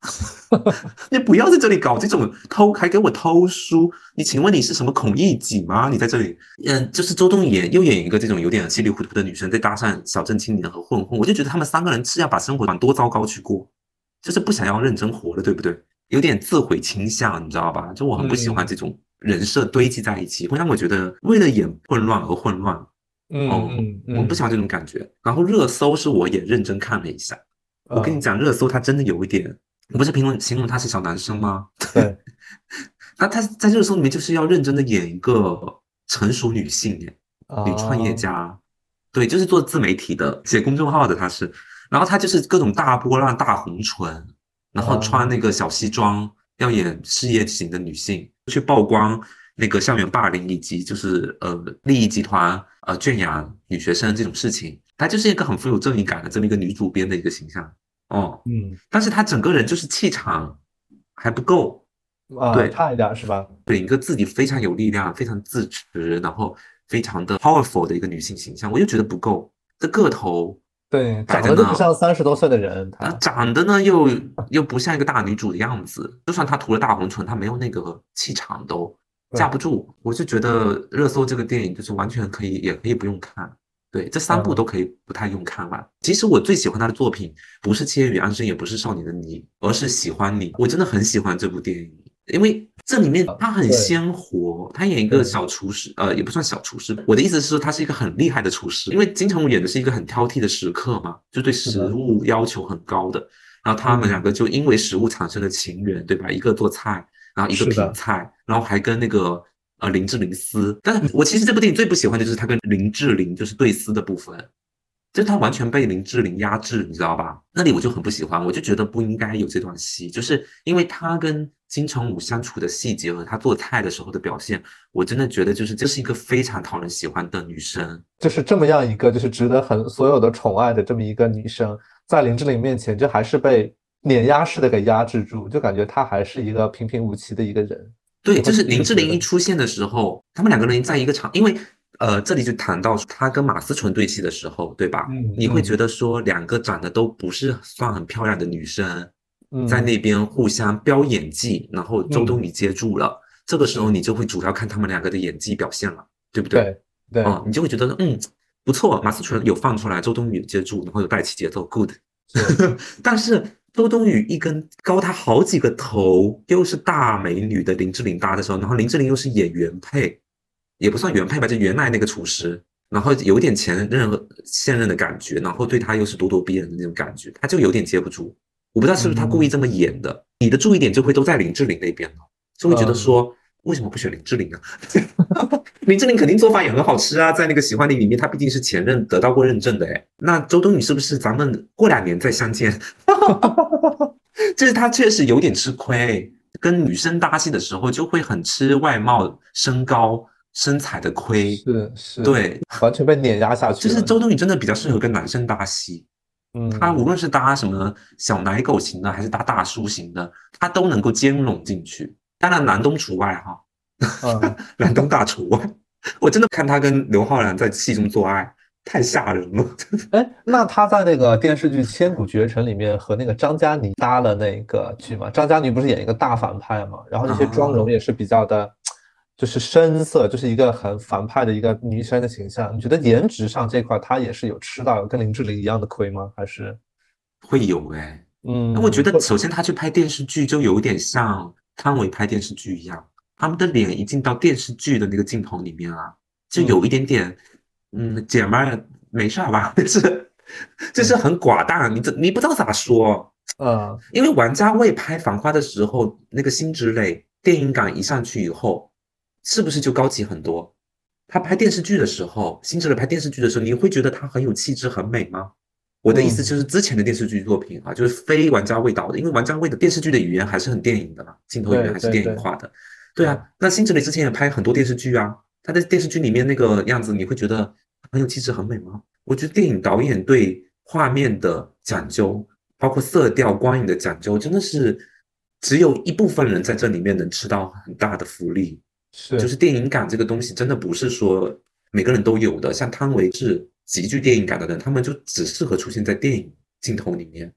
你不要在这里搞这种偷，还给我偷书。你请问你是什么孔乙己吗？你在这里，就是周冬雨又演一个这种有点稀里糊涂的女生，再搭上小镇青年和混混，我就觉得他们三个人是要把生活往多糟糕去过，就是不想要认真活了，对不对？有点自毁倾向，你知道吧？就我很不喜欢嗯这种人设堆积在一起，会让我觉得为了演混乱而混乱。 嗯哦， 嗯嗯我不喜欢这种感觉。然后热搜是我也认真看了一下，我跟你嗯， 讲，热搜它真的有一点，我不是评论形容他是小男生吗？ 对， 那他在热搜里面就是要认真的演一个成熟女性，耶，女创业啊家，对，就是做自媒体的，写公众号的，他是，然后他就是各种大波浪、大红唇，然后穿啊那个小西装，要演事业型的女性，去曝光那个校园霸凌以及就是利益集团圈养女学生这种事情，她就是一个很富有正义感的这么一个女主编的一个形象哦， 嗯但是她整个人就是气场还不够。对， 差一点是吧？ 对一个自己非常有力量、非常自持，然后非常的 powerful 的一个女性形象，我就觉得不够。这个头对，长得就不摆在那， 像30多岁的人，他长得呢又不像一个大女主的样子，就算她涂了大红唇，她没有那个气场都架对， 不住。我就觉得热搜这个电影就是完全可以，也可以不用看。对，这三部都嗯可以不太用看完。其实我最喜欢他的作品，不是《窃与安生》，也不是《少年的你》，而是《喜欢你》。我真的很喜欢这部电影，因为这里面他很对鲜活，他演一个对， 小厨师，也不算小厨师。我的意思是说，他是一个很厉害的厨师，因为金城武演的是一个很挑剔的食客嘛，就对食是的， 物要求很高的。然后他们两嗯， 个就因为食物产生了情缘，对吧？一个做菜，然后一个是的， 品菜，然后还跟那个林志玲撕。但是我其实这部电影最不喜欢的就是他跟林志玲就是对撕的部分。就是他完全被林志玲压制，你知道吧？那里我就很不喜欢，我就觉得不应该有这段戏，就是因为他跟金城武相处的细节和他做菜的时候的表现，我真的觉得就是这是一个非常讨人喜欢的女生。 就是这么样一个就是值得所有的宠爱的这么一个女生，在林志玲面前就还是被碾压式的给压制住，就感觉她还是一个平平无奇的一个人， 对， 就会就是林志玲一一直觉得， 出现的时候，他们两个人在一个场，因为这里就谈到他跟马思纯对戏的时候，对吧？你会觉嗯嗯得说两个长得都不是算很漂亮的女生，在嗯那边互相飙演技，然后周冬嗯， 雨接住了，这个时候是， 你就会主要看他们两个的演技表现了，对不对？ 对对， 哦，你就会觉得不错，马思纯有放出来，周冬雨有接住，然后有带起节奏，good。 是， 但是周冬雨一跟高她好几个头，又是大美女的林志玲搭的时候，然后林志玲又是演原配，也不算原配吧，就原来那个厨师，然后有点前任和现任的感觉，然后对她又是咄咄逼人的那种感觉，她就有点接不住。我不知道是不是他故意嗯这么演的，你的注意点就会都在林志玲那边了，就会觉得嗯， 说为什么不选林志玲啊？林志玲肯定做饭也很好吃啊，在那个喜欢你里面，她毕竟是前任得到过认证的哎。那周冬雨是不是咱们过2年再相见？就是她确实有点吃亏，跟女生搭戏的时候就会很吃外貌、身高、身材的亏。 是是， 对， 完全被碾压下就去了， 是周冬雨真的比较适合跟男生搭戏，她无嗯论是搭什么小奶狗型的，还是搭大叔型的，她都能够兼容进去。当然，南东除外哈， 嗯。 南东大除外。我真的看他跟刘昊然在戏中做爱，太吓人了。 哎，那他在那个电视剧《千古绝尘》里面和那个张嘉倪搭了那个剧嘛？张嘉倪不是演一个大反派嘛？然后那些妆容啊， 也是比较的，就是深色，就是一个很反派的一个女生的形象。你觉得颜值上这块，她也是有吃到跟林志玲一样的亏吗？还是会有哎、那我觉嗯， 得首先他去拍电视剧就有点像汤唯拍电视剧一样，他们的脸一进到电视剧的那个镜头里面啊，就有一嗯点点，姐们儿没事儿吧？就是嗯很寡淡，你不知道咋说。因为王家卫拍《繁花》的时候，那个辛芷蕾电影感一上去以后，是不是就高级很多？他拍电视剧的时候，辛芷蕾拍电视剧的时候，你会觉得她很有气质、很美吗？我的意思就嗯， 是之前的电视剧作品啊，就是非王家卫导的，因为王家卫的电视剧的语言还是很电影的嘛，镜头语言还是对对对电影化的。对对， 啊，那辛芷蕾之前也拍很多电视剧啊，她在电视剧里面那个样子，你会觉得很有气质、很美吗？我觉得电影导演对画面的讲究，包括色调、光影的讲究，真的是只有一部分人在这里面能吃到很大的福利。就是是， 电影感这个东西，真的不是说每个人都有的。像汤唯是极具电影感的人，他们就只适合出现在电影镜头里面。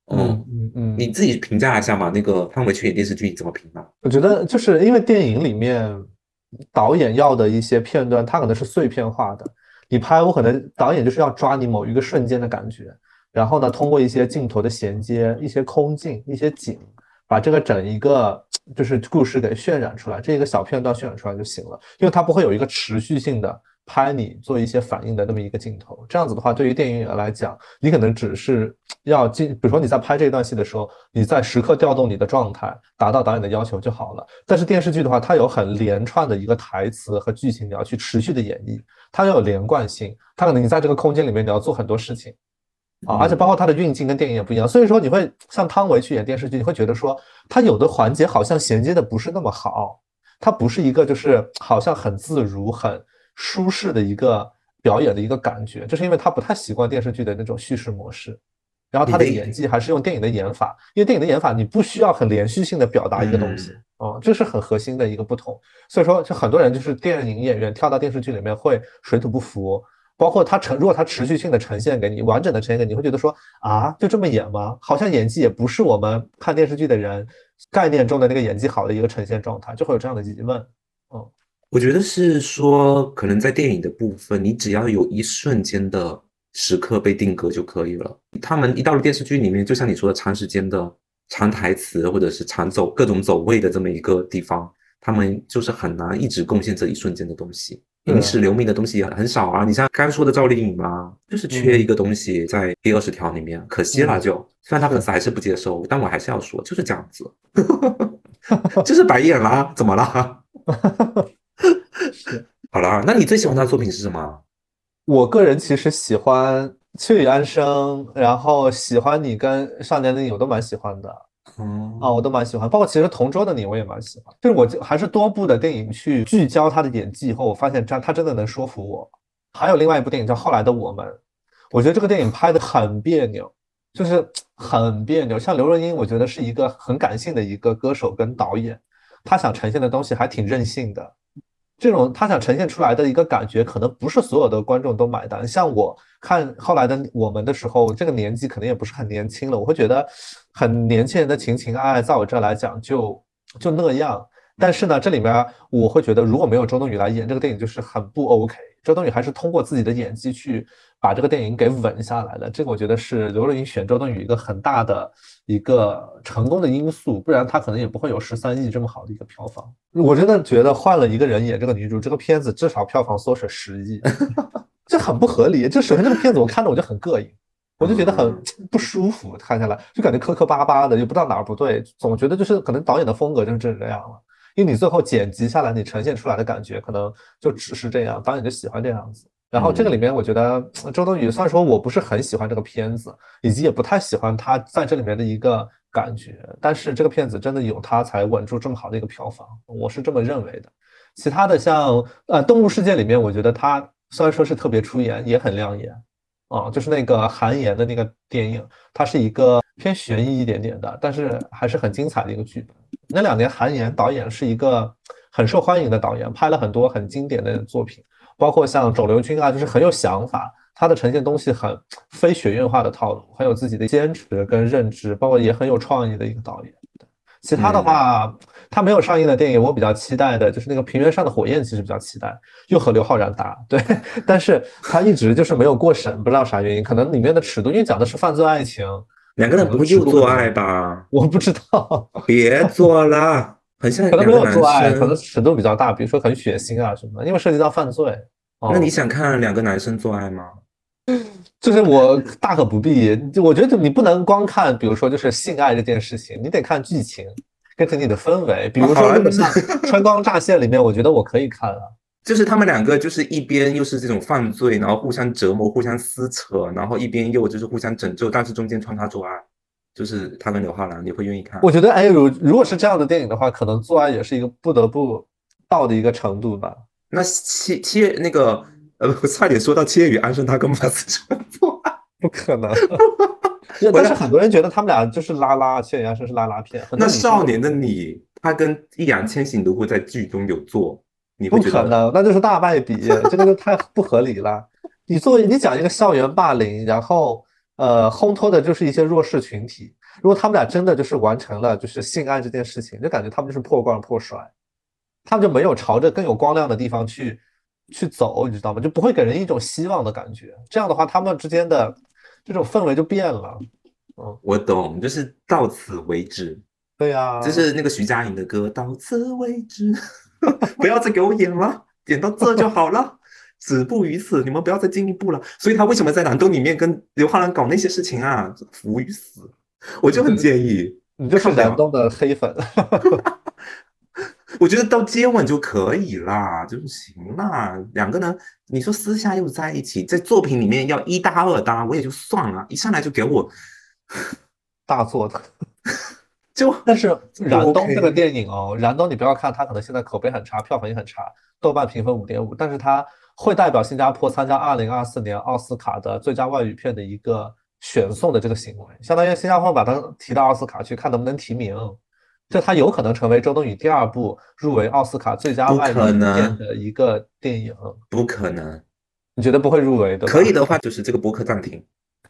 你自己评价一下嘛，那个范玮琪演电视剧你怎么评呢？ 我觉得就是因为电影里面导演要的一些片段，它可能是碎片化的。你拍，我可能导演就是要抓你某一个瞬间的感觉，然后呢，通过一些镜头的衔接、一些空镜、一些景，把这个整一个就是故事给渲染出来，这一个小片段渲染出来就行了，因为它不会有一个持续性的拍你做一些反应的那么一个镜头。这样子的话，对于电影演员来讲，你可能只是要比如说你在拍这一段戏的时候，你在时刻调动你的状态，达到导演的要求就好了。但是电视剧的话，它有很连串的一个台词和剧情，你要去持续的演绎，它要有连贯性，它可能你在这个空间里面你要做很多事情。而且包括它的运镜跟电影也不一样，所以说你会像汤唯去演电视剧，你会觉得说它有的环节好像衔接的不是那么好，它不是一个就是好像很自如、很舒适的一个表演的一个感觉，就是因为他不太习惯电视剧的那种叙事模式，然后他的演技还是用电影的演法，因为电影的演法你不需要很连续性的表达一个东西，这是很核心的一个不同。所以说，就很多人就是电影演员跳到电视剧里面会水土不服。包括如果他持续性的呈现给你，完整的呈现给你，会觉得说啊，就这么演吗？好像演技也不是我们看电视剧的人概念中的那个演技好的一个呈现状态，就会有这样的疑问。 我觉得是说，可能在电影的部分，你只要有一瞬间的时刻被定格就可以了。他们一到了电视剧里面，就像你说的，长时间的长台词或者是长各种走位的这么一个地方，他们就是很难一直贡献这一瞬间的东西。影史留名的东西也很少啊，你像刚说的赵丽颖嘛，就是缺一个东西在第20条里面，可惜了就。虽然他粉丝还是不接受，但我还是要说，就是这样子，就是白眼啦，怎么啦？好了，那你最喜欢他的作品是什么？ 我个人其实喜欢《妾与安生》，然后喜欢你跟《少年的你》，我都蛮喜欢的。我都蛮喜欢，包括其实《同桌的你》我也蛮喜欢。就是我还是多部的电影去聚焦他的演技以后，我发现他真的能说服我。还有另外一部电影叫《后来的我们》，我觉得这个电影拍的很别扭，就是很别扭。像刘若英，我觉得是一个很感性的一个歌手跟导演，他想呈现的东西还挺任性的。这种他想呈现出来的一个感觉，可能不是所有的观众都买单。像我看后来的我们的时候，这个年纪可能也不是很年轻了，我会觉得很年轻人的情情爱爱，在我这来讲就那样。但是呢，这里面我会觉得，如果没有周冬雨来演这个电影，就是很不 OK。周冬雨还是通过自己的演技去把这个电影给稳下来了，这个我觉得是刘若英选周冬雨一个很大的一个成功的因素，不然她可能也不会有13亿这么好的一个票房。我真的觉得换了一个人演这个女主，这个片子至少票房缩水10亿，这很不合理。就首先这个片子我看着我就很膈应，我就觉得很不舒服，看下来就感觉磕磕巴巴的，又不知道哪儿不对，总觉得就是可能导演的风格就是这样了。因为你最后剪辑下来，你呈现出来的感觉可能就只是这样，导演就喜欢这样子。然后这个里面，我觉得周冬雨虽然说我不是很喜欢这个片子，以及也不太喜欢她在这里面的一个感觉，但是这个片子真的有她才稳住这么好的一个票房，我是这么认为的。其他的像《动物世界》里面，我觉得她虽然说是特别出演，也很亮眼就是那个韩延的那个电影，它是一个偏悬疑一点点的，但是还是很精彩的一个剧本。那2年韩延导演是一个很受欢迎的导演，拍了很多很经典的作品，包括像肿瘤君啊，就是很有想法，他的呈现东西很非学院化的套路，很有自己的坚持跟认知，包括也很有创意的一个导演。其他的话，他没有上映的电影，我比较期待的就是那个《平原上的火焰》，其实比较期待，又和刘昊然搭，对，但是他一直就是没有过审，不知道啥原因，可能里面的尺度，因为讲的是犯罪爱情， 两个人不会又做爱吧？ 我不知道， 别做了，很像可能没有两个男做爱，可能生。 尺度比较大，比如说很血腥啊什么的，因为涉及到犯罪。 那你想看两个男生做爱吗？ 就是我大可不必，我觉得你不能光看，比如说就是性爱这件事情，你得看剧情跟整体的氛围。比如说，如果像《春光乍泄》里面，我觉得我可以看啊。 就是他们两个就是一边又是这种犯罪，然后互相折磨、互相撕扯，然后一边又就是互相拯救，但是中间穿插做爱，就是他跟刘昊然，你会愿意看？ 我觉得，哎，如果是这样的电影的话，可能做爱也是一个不得不到的一个程度吧。 那七那个我差点说到七月与安生，他跟马思纯做爱， 不可能。但是很多人觉得他们俩就是拉拉，《倩女幽魂》是拉拉片。 那少年的你，他跟易烊千玺如果在剧中有做，你会不觉得可能，那就是大败笔，这个就太不合理了。你作为你讲一个校园霸凌，然后烘托的就是一些弱势群体， 如果他们俩真的就是完成了就是性爱这件事情，就感觉他们就是破罐破摔，他们就没有朝着更有光亮的地方去走，你知道吗？就不会给人一种希望的感觉。这样的话，他们之间的这种氛围就变了。 我懂，就是到此为止。 对呀， 就是那个徐佳莹的歌，到此为止，不要再给我演了，演到这就好了，止步于此，你们不要再进一步了。所以他为什么在蓝洞里面跟刘昊然搞那些事情啊？服于死，我就很介意。 你就是燃冬的黑粉。 我觉得到接吻就可以啦，就行啦。两个人，你说私下又在一起，在作品里面要一搭二搭，我也就算了，一上来就给我大作的。 就但是不燃冬这个 OK。 电影哦，燃冬你不要看它可能现在口碑很差，票房也很差，豆瓣评分5.5，但是它会代表新加坡参加2024年奥斯卡的最佳外语片的一个选送的这个行为，相当于新加坡把它提到奥斯卡去看能不能提名，这它有可能成为周冬雨第2部入围奥斯卡最佳外不可语片能， 的一个电影。 不可能。 你觉得不会入围对吧？ 可以的话，就是这个播客暂停。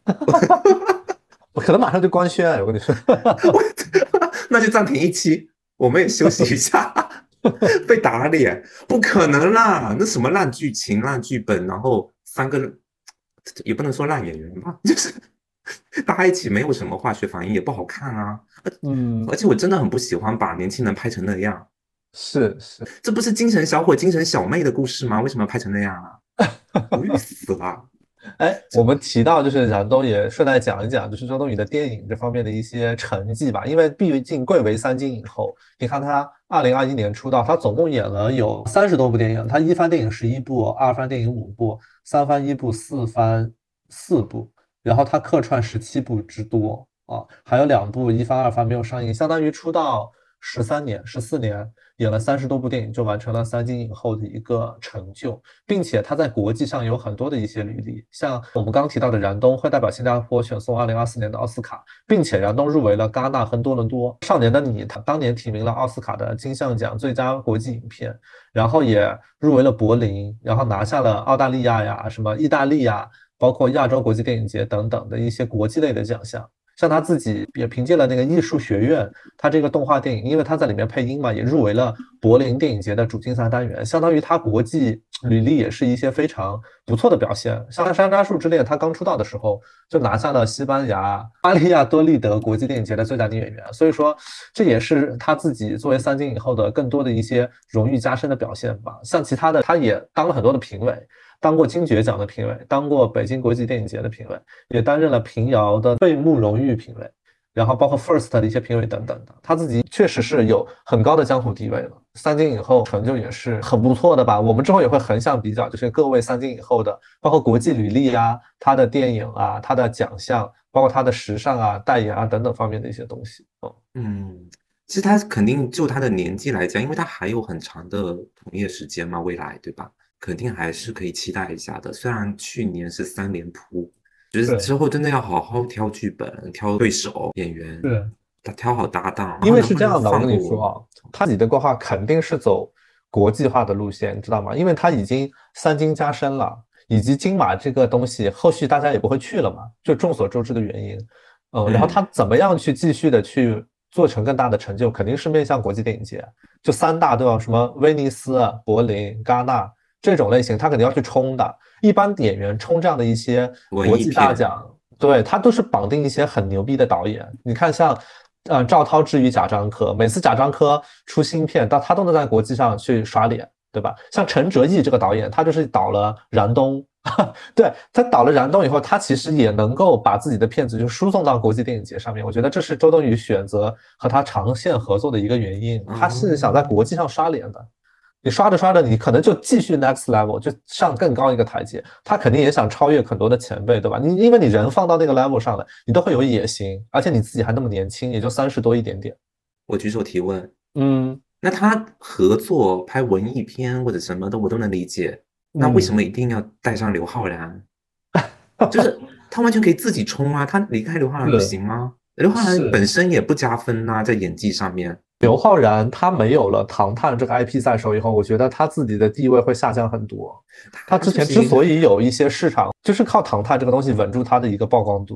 我可能马上就官宣，我跟你说。 我那就暂停一期，我们也休息一下。被打脸，不可能啦！那什么烂剧情、烂剧本，然后三个也不能说烂演员吧，就是大家一起没有什么化学反应，也不好看啊。 嗯， 而且我真的很不喜欢把年轻人拍成那样， 是是。 这不是精神小伙、精神小妹的故事吗？为什么要拍成那样啊？无语死了！ 哎，我们提到就是燃冬也顺带讲一讲，就是周冬雨的电影这方面的一些成绩吧。因为毕竟贵为3金影后，你看她2021年出道，她总共演了有30多部电影，她一番电影11部，二番电影5部，三番1部，四番4部，然后她客串17部之多啊，还有2部一番二番没有上映，相当于出道13年、14年。演了30多部电影，就完成了3金影后的一个成就，并且他在国际上有很多的一些履历，像我们刚提到的燃冬会代表新加坡选送2024年的奥斯卡，并且燃冬入围了戛纳和多伦多。少年的你，他当年提名了奥斯卡的金像奖最佳国际影片，然后也入围了柏林，然后拿下了澳大利亚呀、什么意大利呀，包括亚洲国际电影节等等的一些国际类的奖项。像他自己也凭借了那个艺术学院，他这个动画电影，因为他在里面配音嘛，也入围了柏林电影节的主竞赛单元，相当于他国际履历也是一些非常不错的表现。像《山楂树之恋》，他刚出道的时候就拿下了西班牙巴利亚多利德国际电影节的最佳女演员，所以说这也是他自己作为3金以后的更多的一些荣誉加深的表现吧。像其他的，他也当了很多的评委。当过金爵奖的评委，当过北京国际电影节的评委，也担任了平遥的贝幕荣誉评委，然后包括 FIRST 的一些评委等等的，他自己确实是有很高的江湖地位了。3金影后成就也是很不错的吧？我们之后也会横向比较，就是各位3金影后的，包括国际履历啊，他的电影啊，他的奖项，包括他的时尚啊、代言啊等等方面的一些东西。 其实他肯定就他的年纪来讲，因为他还有很长的从业时间嘛，未来对吧？肯定还是可以期待一下的。虽然去年是3连扑，就是之后真的要好好挑剧本、挑对手、演员， 是。 他挑好搭档，然因为后能不能是这样的，我跟你放过？ 说啊，他自己的规划肯定是走国际化的路线，你知道吗？因为他已经3金加身了，以及金马这个东西，后续大家也不会去了嘛，就众所周知的原因。然后他怎么样去继续的去做成更大的成就，肯定是面向国际电影节，就3大对吧？什么威尼斯、柏林、戛纳这种类型，他肯定要去冲的。一般演员冲这样的一些国际大奖，对他都是绑定一些很牛逼的导演。你看像。赵涛之于贾樟柯，每次贾樟柯出新片，他都能在国际上去刷脸，对吧？像陈哲艺这个导演，他就是导了燃冬，对，他导了燃冬以后，他其实也能够把自己的片子就输送到国际电影节上面。我觉得这是周冬雨选择和他长线合作的一个原因，他是想在国际上刷脸的。你刷着刷着，你可能就继续 next level， 就上更高一个台阶。他肯定也想超越很多的前辈，对吧？因为你人放到那个 level 上了，你都会有野心，而且你自己还那么年轻，也就30多一点点。 我举手提问， 嗯那他合作拍文艺片或者什么的，我都能理解。那为什嗯， 么一定要带上刘昊然？就是他完全可以自己冲啊，他离开刘昊然不是行吗？刘昊然是， 本身也不加分呐、在演技上面。 刘昊然他没有了《唐探》这个 IP 在手以后，我觉得他自己的地位会下降很多。他他之前之就是一个所以有一些市场，就是靠《唐探》这个东西稳住他的一个曝光度。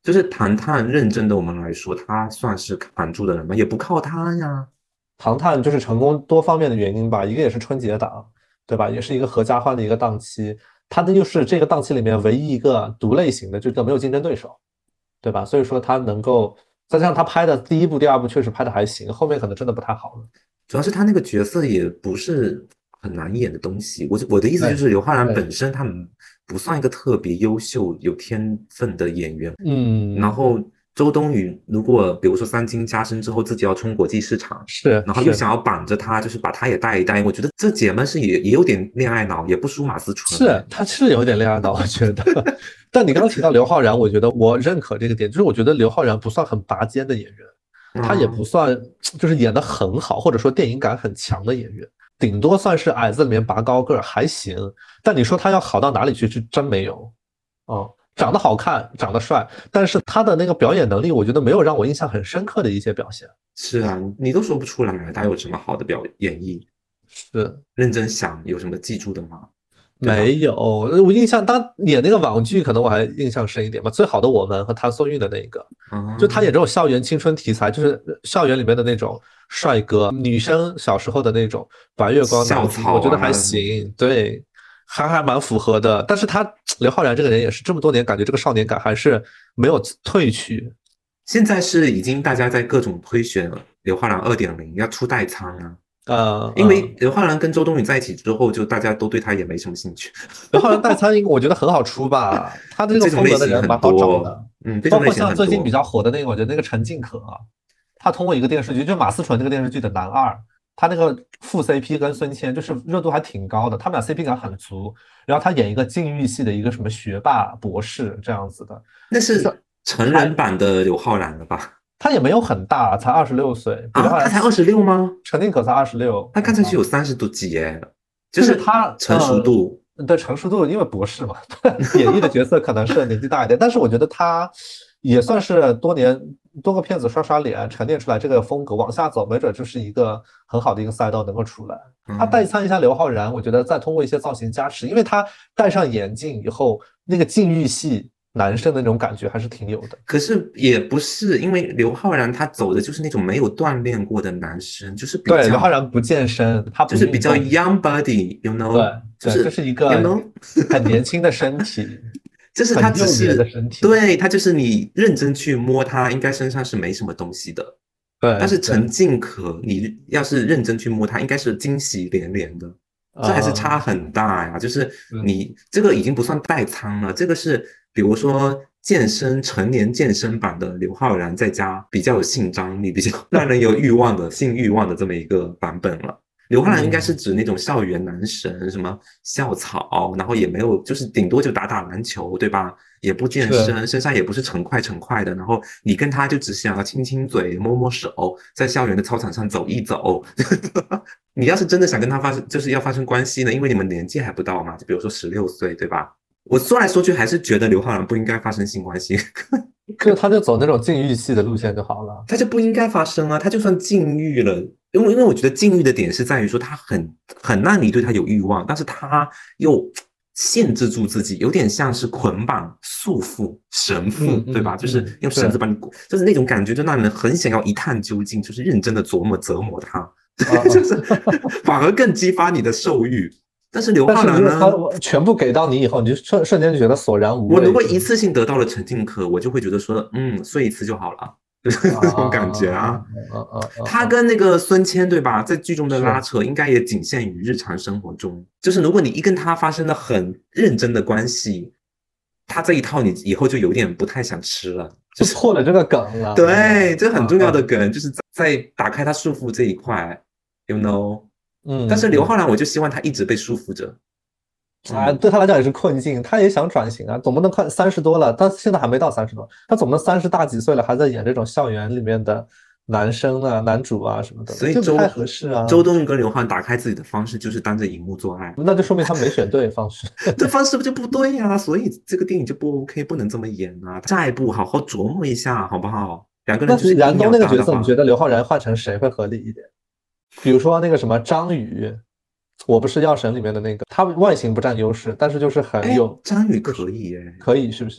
就是谈谈认真的我们来说，他算是扛住的人吗？也不靠他呀。 唐探就是成功多方面的原因吧，一个也是春节档，对吧？也是一个合家欢的一个档期，它的又是这个档期里面唯一一个独类型的，就没有竞争对手，对吧？所以说他能够再加上他拍的第一部、第二部确实拍的还行，后面可能真的不太好了。 主要是他那个角色也不是很难演的东西。我的意思就对是，刘昊然对， 本身他们不算一个特别优秀、有天分的演员。然嗯， 后周冬雨如果比如说三金加身之后自己要冲国际市场，然后又是是想要绑着他，就是把他也带一带，我觉得这姐们是也有点恋爱脑，也不输马思纯哎。 是，他是有点恋爱脑，我觉得。但你刚刚提到刘昊然，我觉得我认可这个点，就是我觉得刘昊然不算很拔尖的演员，他也不嗯， 算就是演得很好，或者说电影感很强的演员，顶多算是矮子里面拔高个儿还行。但你说他要好到哪里去，是真没有。长得好看，长得帅，但是他的那个表演能力，我觉得没有让我印象很深刻的一些表现。 是啊，你都说不出来他有什么好的演绎， 是认真想有什么记住的吗？对吧？ 没有，我印象当演那个网剧，可能我还印象深一点吧。最好的我们和谭松韵的那个，就他演啊， 这种校园青春题材，就是校园里面的那种帅哥，女生小时候的那种白月光校男主，我觉得还草啊， 行，对，还蛮符合的。但是他刘昊然这个人也是这么多年，感觉这个少年感还是没有褪去。 现在是已经大家在各种推选刘昊然2.0要出代仓啊。因为嗯嗯， 刘昊然跟周冬雨在一起之后，就大家都对他也没什么兴趣。 刘昊然代餐，我觉得很好出吧，他的这个这种风格的类型很人蛮好找多， 的。 这种类包括像型很多。 最近比较火的那个，我觉得那个陈静可啊，他通过一个电视剧，就马思纯那个电视剧的男二，他那个副 CP 跟孙谦就是热度还挺高的，他们俩 CP 感很足。然后他演一个禁欲系的一个什么学霸博士这样子的， 那就是是成人还版的刘昊然了吧？ 他也没有很大，才26岁，比刘啊， 昊然他才26吗？ 陈静可才26。 他看上去有30多几耶，就就是是他成熟度。 的成熟度，因为博士嘛，演绎的角色可能是年纪大一点，但是我觉得他也算是多个片子刷刷脸，沉淀出来这个风格，往下走，没准就是一个很好的一个赛道能够出来。他代嗯， 餐一下刘昊然，我觉得再通过一些造型加持，因为他戴上眼镜以后，那个禁欲系男生的那种感觉还是挺有的。 可是也不是，因为刘昊然他走的就是那种没有锻炼过的男生，就是比对，刘昊较然不健身，他不就是比较运动， young body，you 对 know，就对，就是是一 you 个 know， 很年轻的身体， 就是他很幼年的只是身体。 对他就是你认真去摸他，应该身上是没什么东西的。但是陈对对， 静可，你要是认真去摸它，应该是惊喜连连的，这还是差嗯， 很大呀。就是嗯， 你这个已经不算代仓了，这个是比如说成年健身版的刘昊然，在家比较有性张力、比较让人有欲望的性欲望的这么一个版本了。刘昊然应该是嗯， 指那种校园男神，什么校草，然后也没有，就是顶多就打打篮球，对吧？也不健是， 身，身上也不是成块的，然后你跟他就只想要亲亲嘴、摸摸手，在校园的操场上走一走。你要是真的想跟他发生，就是要发生关系呢，因为你们年纪还不到嘛，就比如说16岁，对吧？我说来说去还是觉得刘昊然不应该发生性关系。 他就走那种禁欲系的路线就好了。 他就不应该发生啊，他就算禁欲了，因为我觉得禁欲的点是在于说他很让你对他有欲望，但是他又限制住自己，有点像是捆绑、束缚、绳缚， 嗯对吧？就是嗯嗯， 用绳子是把你，就是那种感觉，就让人很想要一探究竟，就是认真的琢磨折磨他， 啊啊， 就是反而更激发你的兽欲。但是刘但昊是如果他然呢？ 全部给到你以后，你就瞬间就觉得索然无味， 我如果是不是？ 一次性得到了陈静可，我就会觉得说，睡一次就好了，就是啊这种感觉啊。他啊， 跟那个孙谦对吧，在剧中的拉是扯应该也仅限于日常生活中。就是如果你一跟他发生了很认真的关系，他这一套你以后就有点不太想吃了。 就破了这个梗了，对吧？ 对，这很重要的啊， 梗，就是在打开他束缚这一块，you know。但是刘昊嗯嗯， 然，我就希望他一直被束缚着。 啊， 嗯， 对他来讲也是困境，他也想转型啊，总不能快30多了，他现在还没到30多，他总不能30大几岁了还在演这种校园里面的男生啊、男主啊什么的， 所以这不太合适啊。 周冬雨跟刘昊然打开自己的方式就是当着荧幕做爱。 那就说明他没选对方式。 这方式不就不对呀、所以这个电影就不 OK，不能这么演啊！下一步好好琢磨一下，好不好？两个人那就是燃硬要冬那个角色，你搭的话， 觉得刘昊然换成谁会合理一点？比如说那个什么张宇，我不是药神里面的那个，他外形不占优势，但是就是很哎， 有， 张宇就是可以耶， 可以，是不是？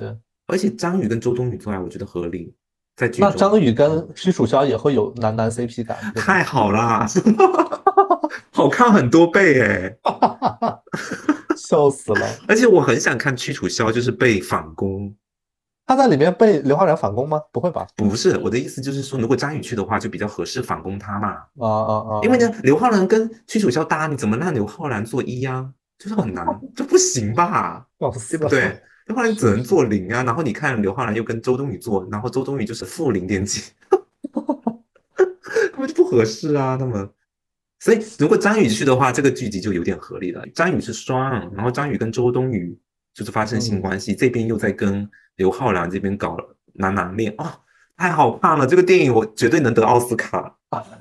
而且张宇跟周冬雨做爱，我觉得合理，在剧那中。 张宇跟屈楚萧也会有男男 CP 感，对吧？ 太好啦，好看很多倍哎！ 笑死了。 而且我很想看屈楚萧就是被反攻， 他在里面被刘昊然反攻吗？不会吧？ 不是我的意思，就是说如果张宇去的话，就比较合适反攻他嘛。 啊啊啊！ 因为呢，刘昊然跟屈楚萧搭，你怎么让刘昊然做一呀？就是很难，这不行吧？ 笑对不对？ 死了。 刘昊然只能是是。 做零啊，然后你看刘昊然又跟周冬雨做，然后周冬雨就是负0.几，他们就不合适啊，他们。所以如果张宇去的话，这个剧集就有点合理了。张宇是双，然后张宇跟周冬雨就是发生性嗯。 关系，这边又在跟刘昊然这边搞男男恋，哦，太好看了！这个电影我绝对能得奥斯卡，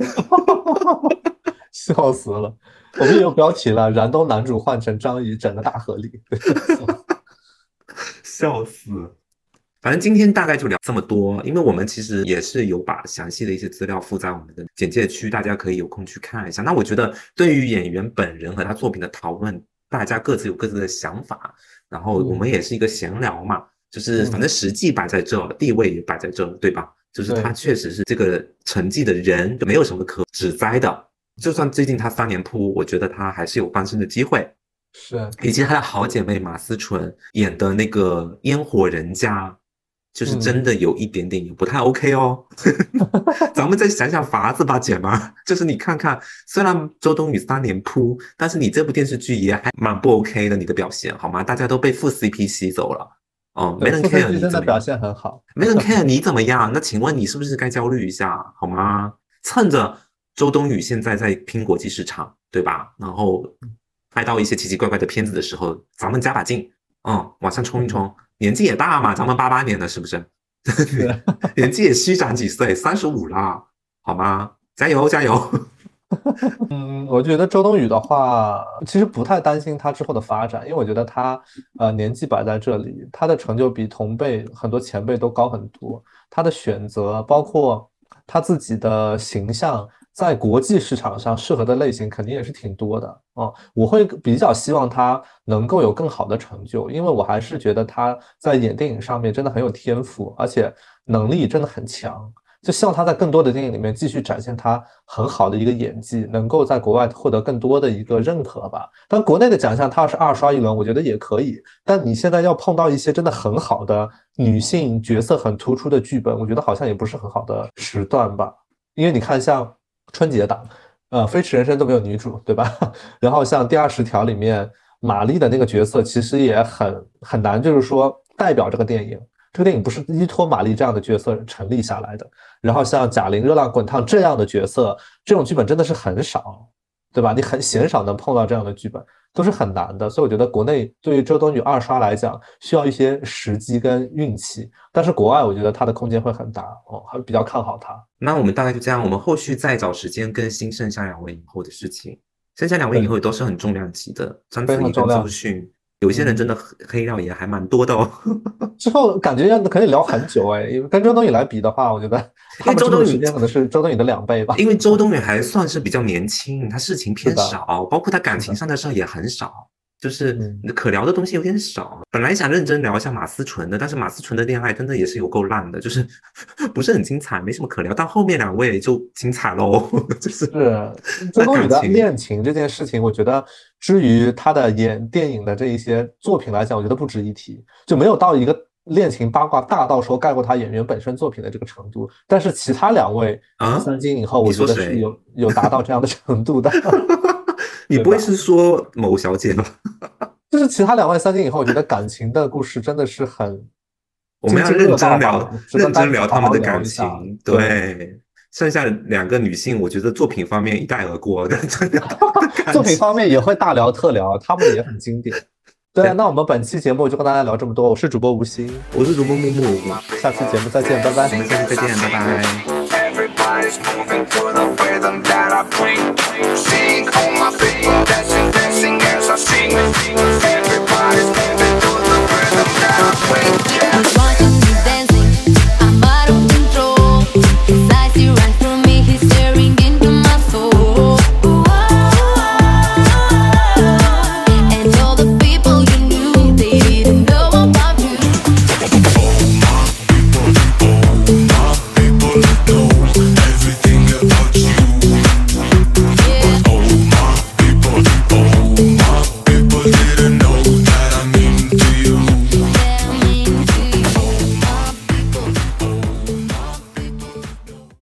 笑死了。我们也有标题了，燃冬男主换成张宇，整个大合力。笑死。 笑死！反正今天大概就聊这么多，因为我们其实也是有把详细的一些资料附在我们的简介区，大家可以有空去看一下。那我觉得对于演员本人和他作品的讨论，大家各自有各自的想法，然后我们嗯也是一个闲聊嘛，就是反嗯。 正实际摆在这，地位也摆在这，对吧？就是他对。 确实是这个成绩的人，没有什么可指摘的。就算最近他3连扑，我觉得他还是有翻身的机会。 是。 以及她的好姐妹马思纯演的那个烟火人家，就是真嗯。 的有一点点也不太 OK 哦。咱们再想想法子吧，姐们儿，就是你看看，虽然周冬雨3连扑，但是你这部电视剧也还蛮不 OK 的，你的表现好吗？大家都被副 CP 吸走了，哦，没对， 人傅 care CP 真的表你怎么样， 现很好。 没人 care 你怎么样，那请问你是不是该焦虑一下好吗？趁着周冬雨现在在拼国际市场，对吧？然后拍到一些奇奇怪怪的片子的时候，咱们加把劲，往上冲一嗯。 冲。年纪也大嘛，咱们88年的，是不是？ 是。 年纪也虚长几岁，35啦，好吗？加油加油！ 嗯，我觉得周冬雨的话，其实不太担心她之后的发展，因为我觉得她年纪摆在这里，她的成就比同辈很多前辈都高很多，她的选择包括她自己的形象，在国际市场上适合的类型肯定也是挺多的。我会比较希望她能够有更好的成就，因为我还是觉得她在演电影上面真的很有天赋，而且能力真的很强。就希望他在更多的电影里面继续展现他很好的一个演技，能够在国外获得更多的一个认可吧。但国内的奖项他要是二刷一轮，我觉得也可以。但你现在要碰到一些真的很好的女性角色很突出的剧本，我觉得好像也不是很好的时段吧。因为你看像春节档，《飞驰人生》都没有女主，对吧？然后像第20条里面玛丽的那个角色，其实也很难，就是说代表这个电影。这个电影不是依托玛丽这样的角色成立下来的。然后像贾玲、热浪滚烫这样的角色，这种剧本真的是很少，对吧？你很鲜少能碰到这样的剧本，都是很难的。所以我觉得国内对于周冬雨二刷来讲，需要一些时机跟运气，但是国外我觉得它的空间会很大，还比较看好它。 那我们大概就这样，我们后续再找时间更新剩下2位影后的事情。剩下2位影对， 后都是很重量级的，章非子怡跟周常重量。 迅，有些人真嗯。 的黑料也还蛮多的哦。 之后感觉可以聊很久哎，因为跟周冬雨来比的话，我觉得因为他们之后的时周冬雨， 间可能是周冬雨的2倍吧。 因为周冬雨还算是比较年轻，她事情是的。 偏少，包括她感情是的。 上的事儿也很少，就是嗯。 可聊的东西有点少。本来想认真聊一下马思纯的，但是马思纯的恋爱真的也是有够烂的，就是不是很精彩，没什么可聊。但后面2位就精彩喽，就是那是周冬雨感情。 的恋情这件事情，我觉得至于她的演电影的这一些作品来讲，我觉得不值一提，就没有到一个恋情八卦大到说盖过她演员本身作品的这个程度。但是其他2位啊？ 3金影后， 你我觉得是说谁？ 有达到这样的程度的。 你对吧？ 不会是说某小姐吧？ 就是其他2位3金影后，我觉得感情的故事真的是很我们要津津乐道吧，值得认真单独好好聊他们的聊一下。 感情。 对。 对，剩下的2个女性，我觉得作品方面一带而过，认真聊他们的感作品情。 方面也会大聊特聊，他们的也很经典。对啊， 对， 那我们本期节目就跟大家聊这么多，我是主播吴昕， 我是主播木木， 下期节目再见，拜拜。 我们下期再见，拜拜。 Everybody's moving to the rhythm that I bring. Sing on my feet, dancing, dancing as I sing.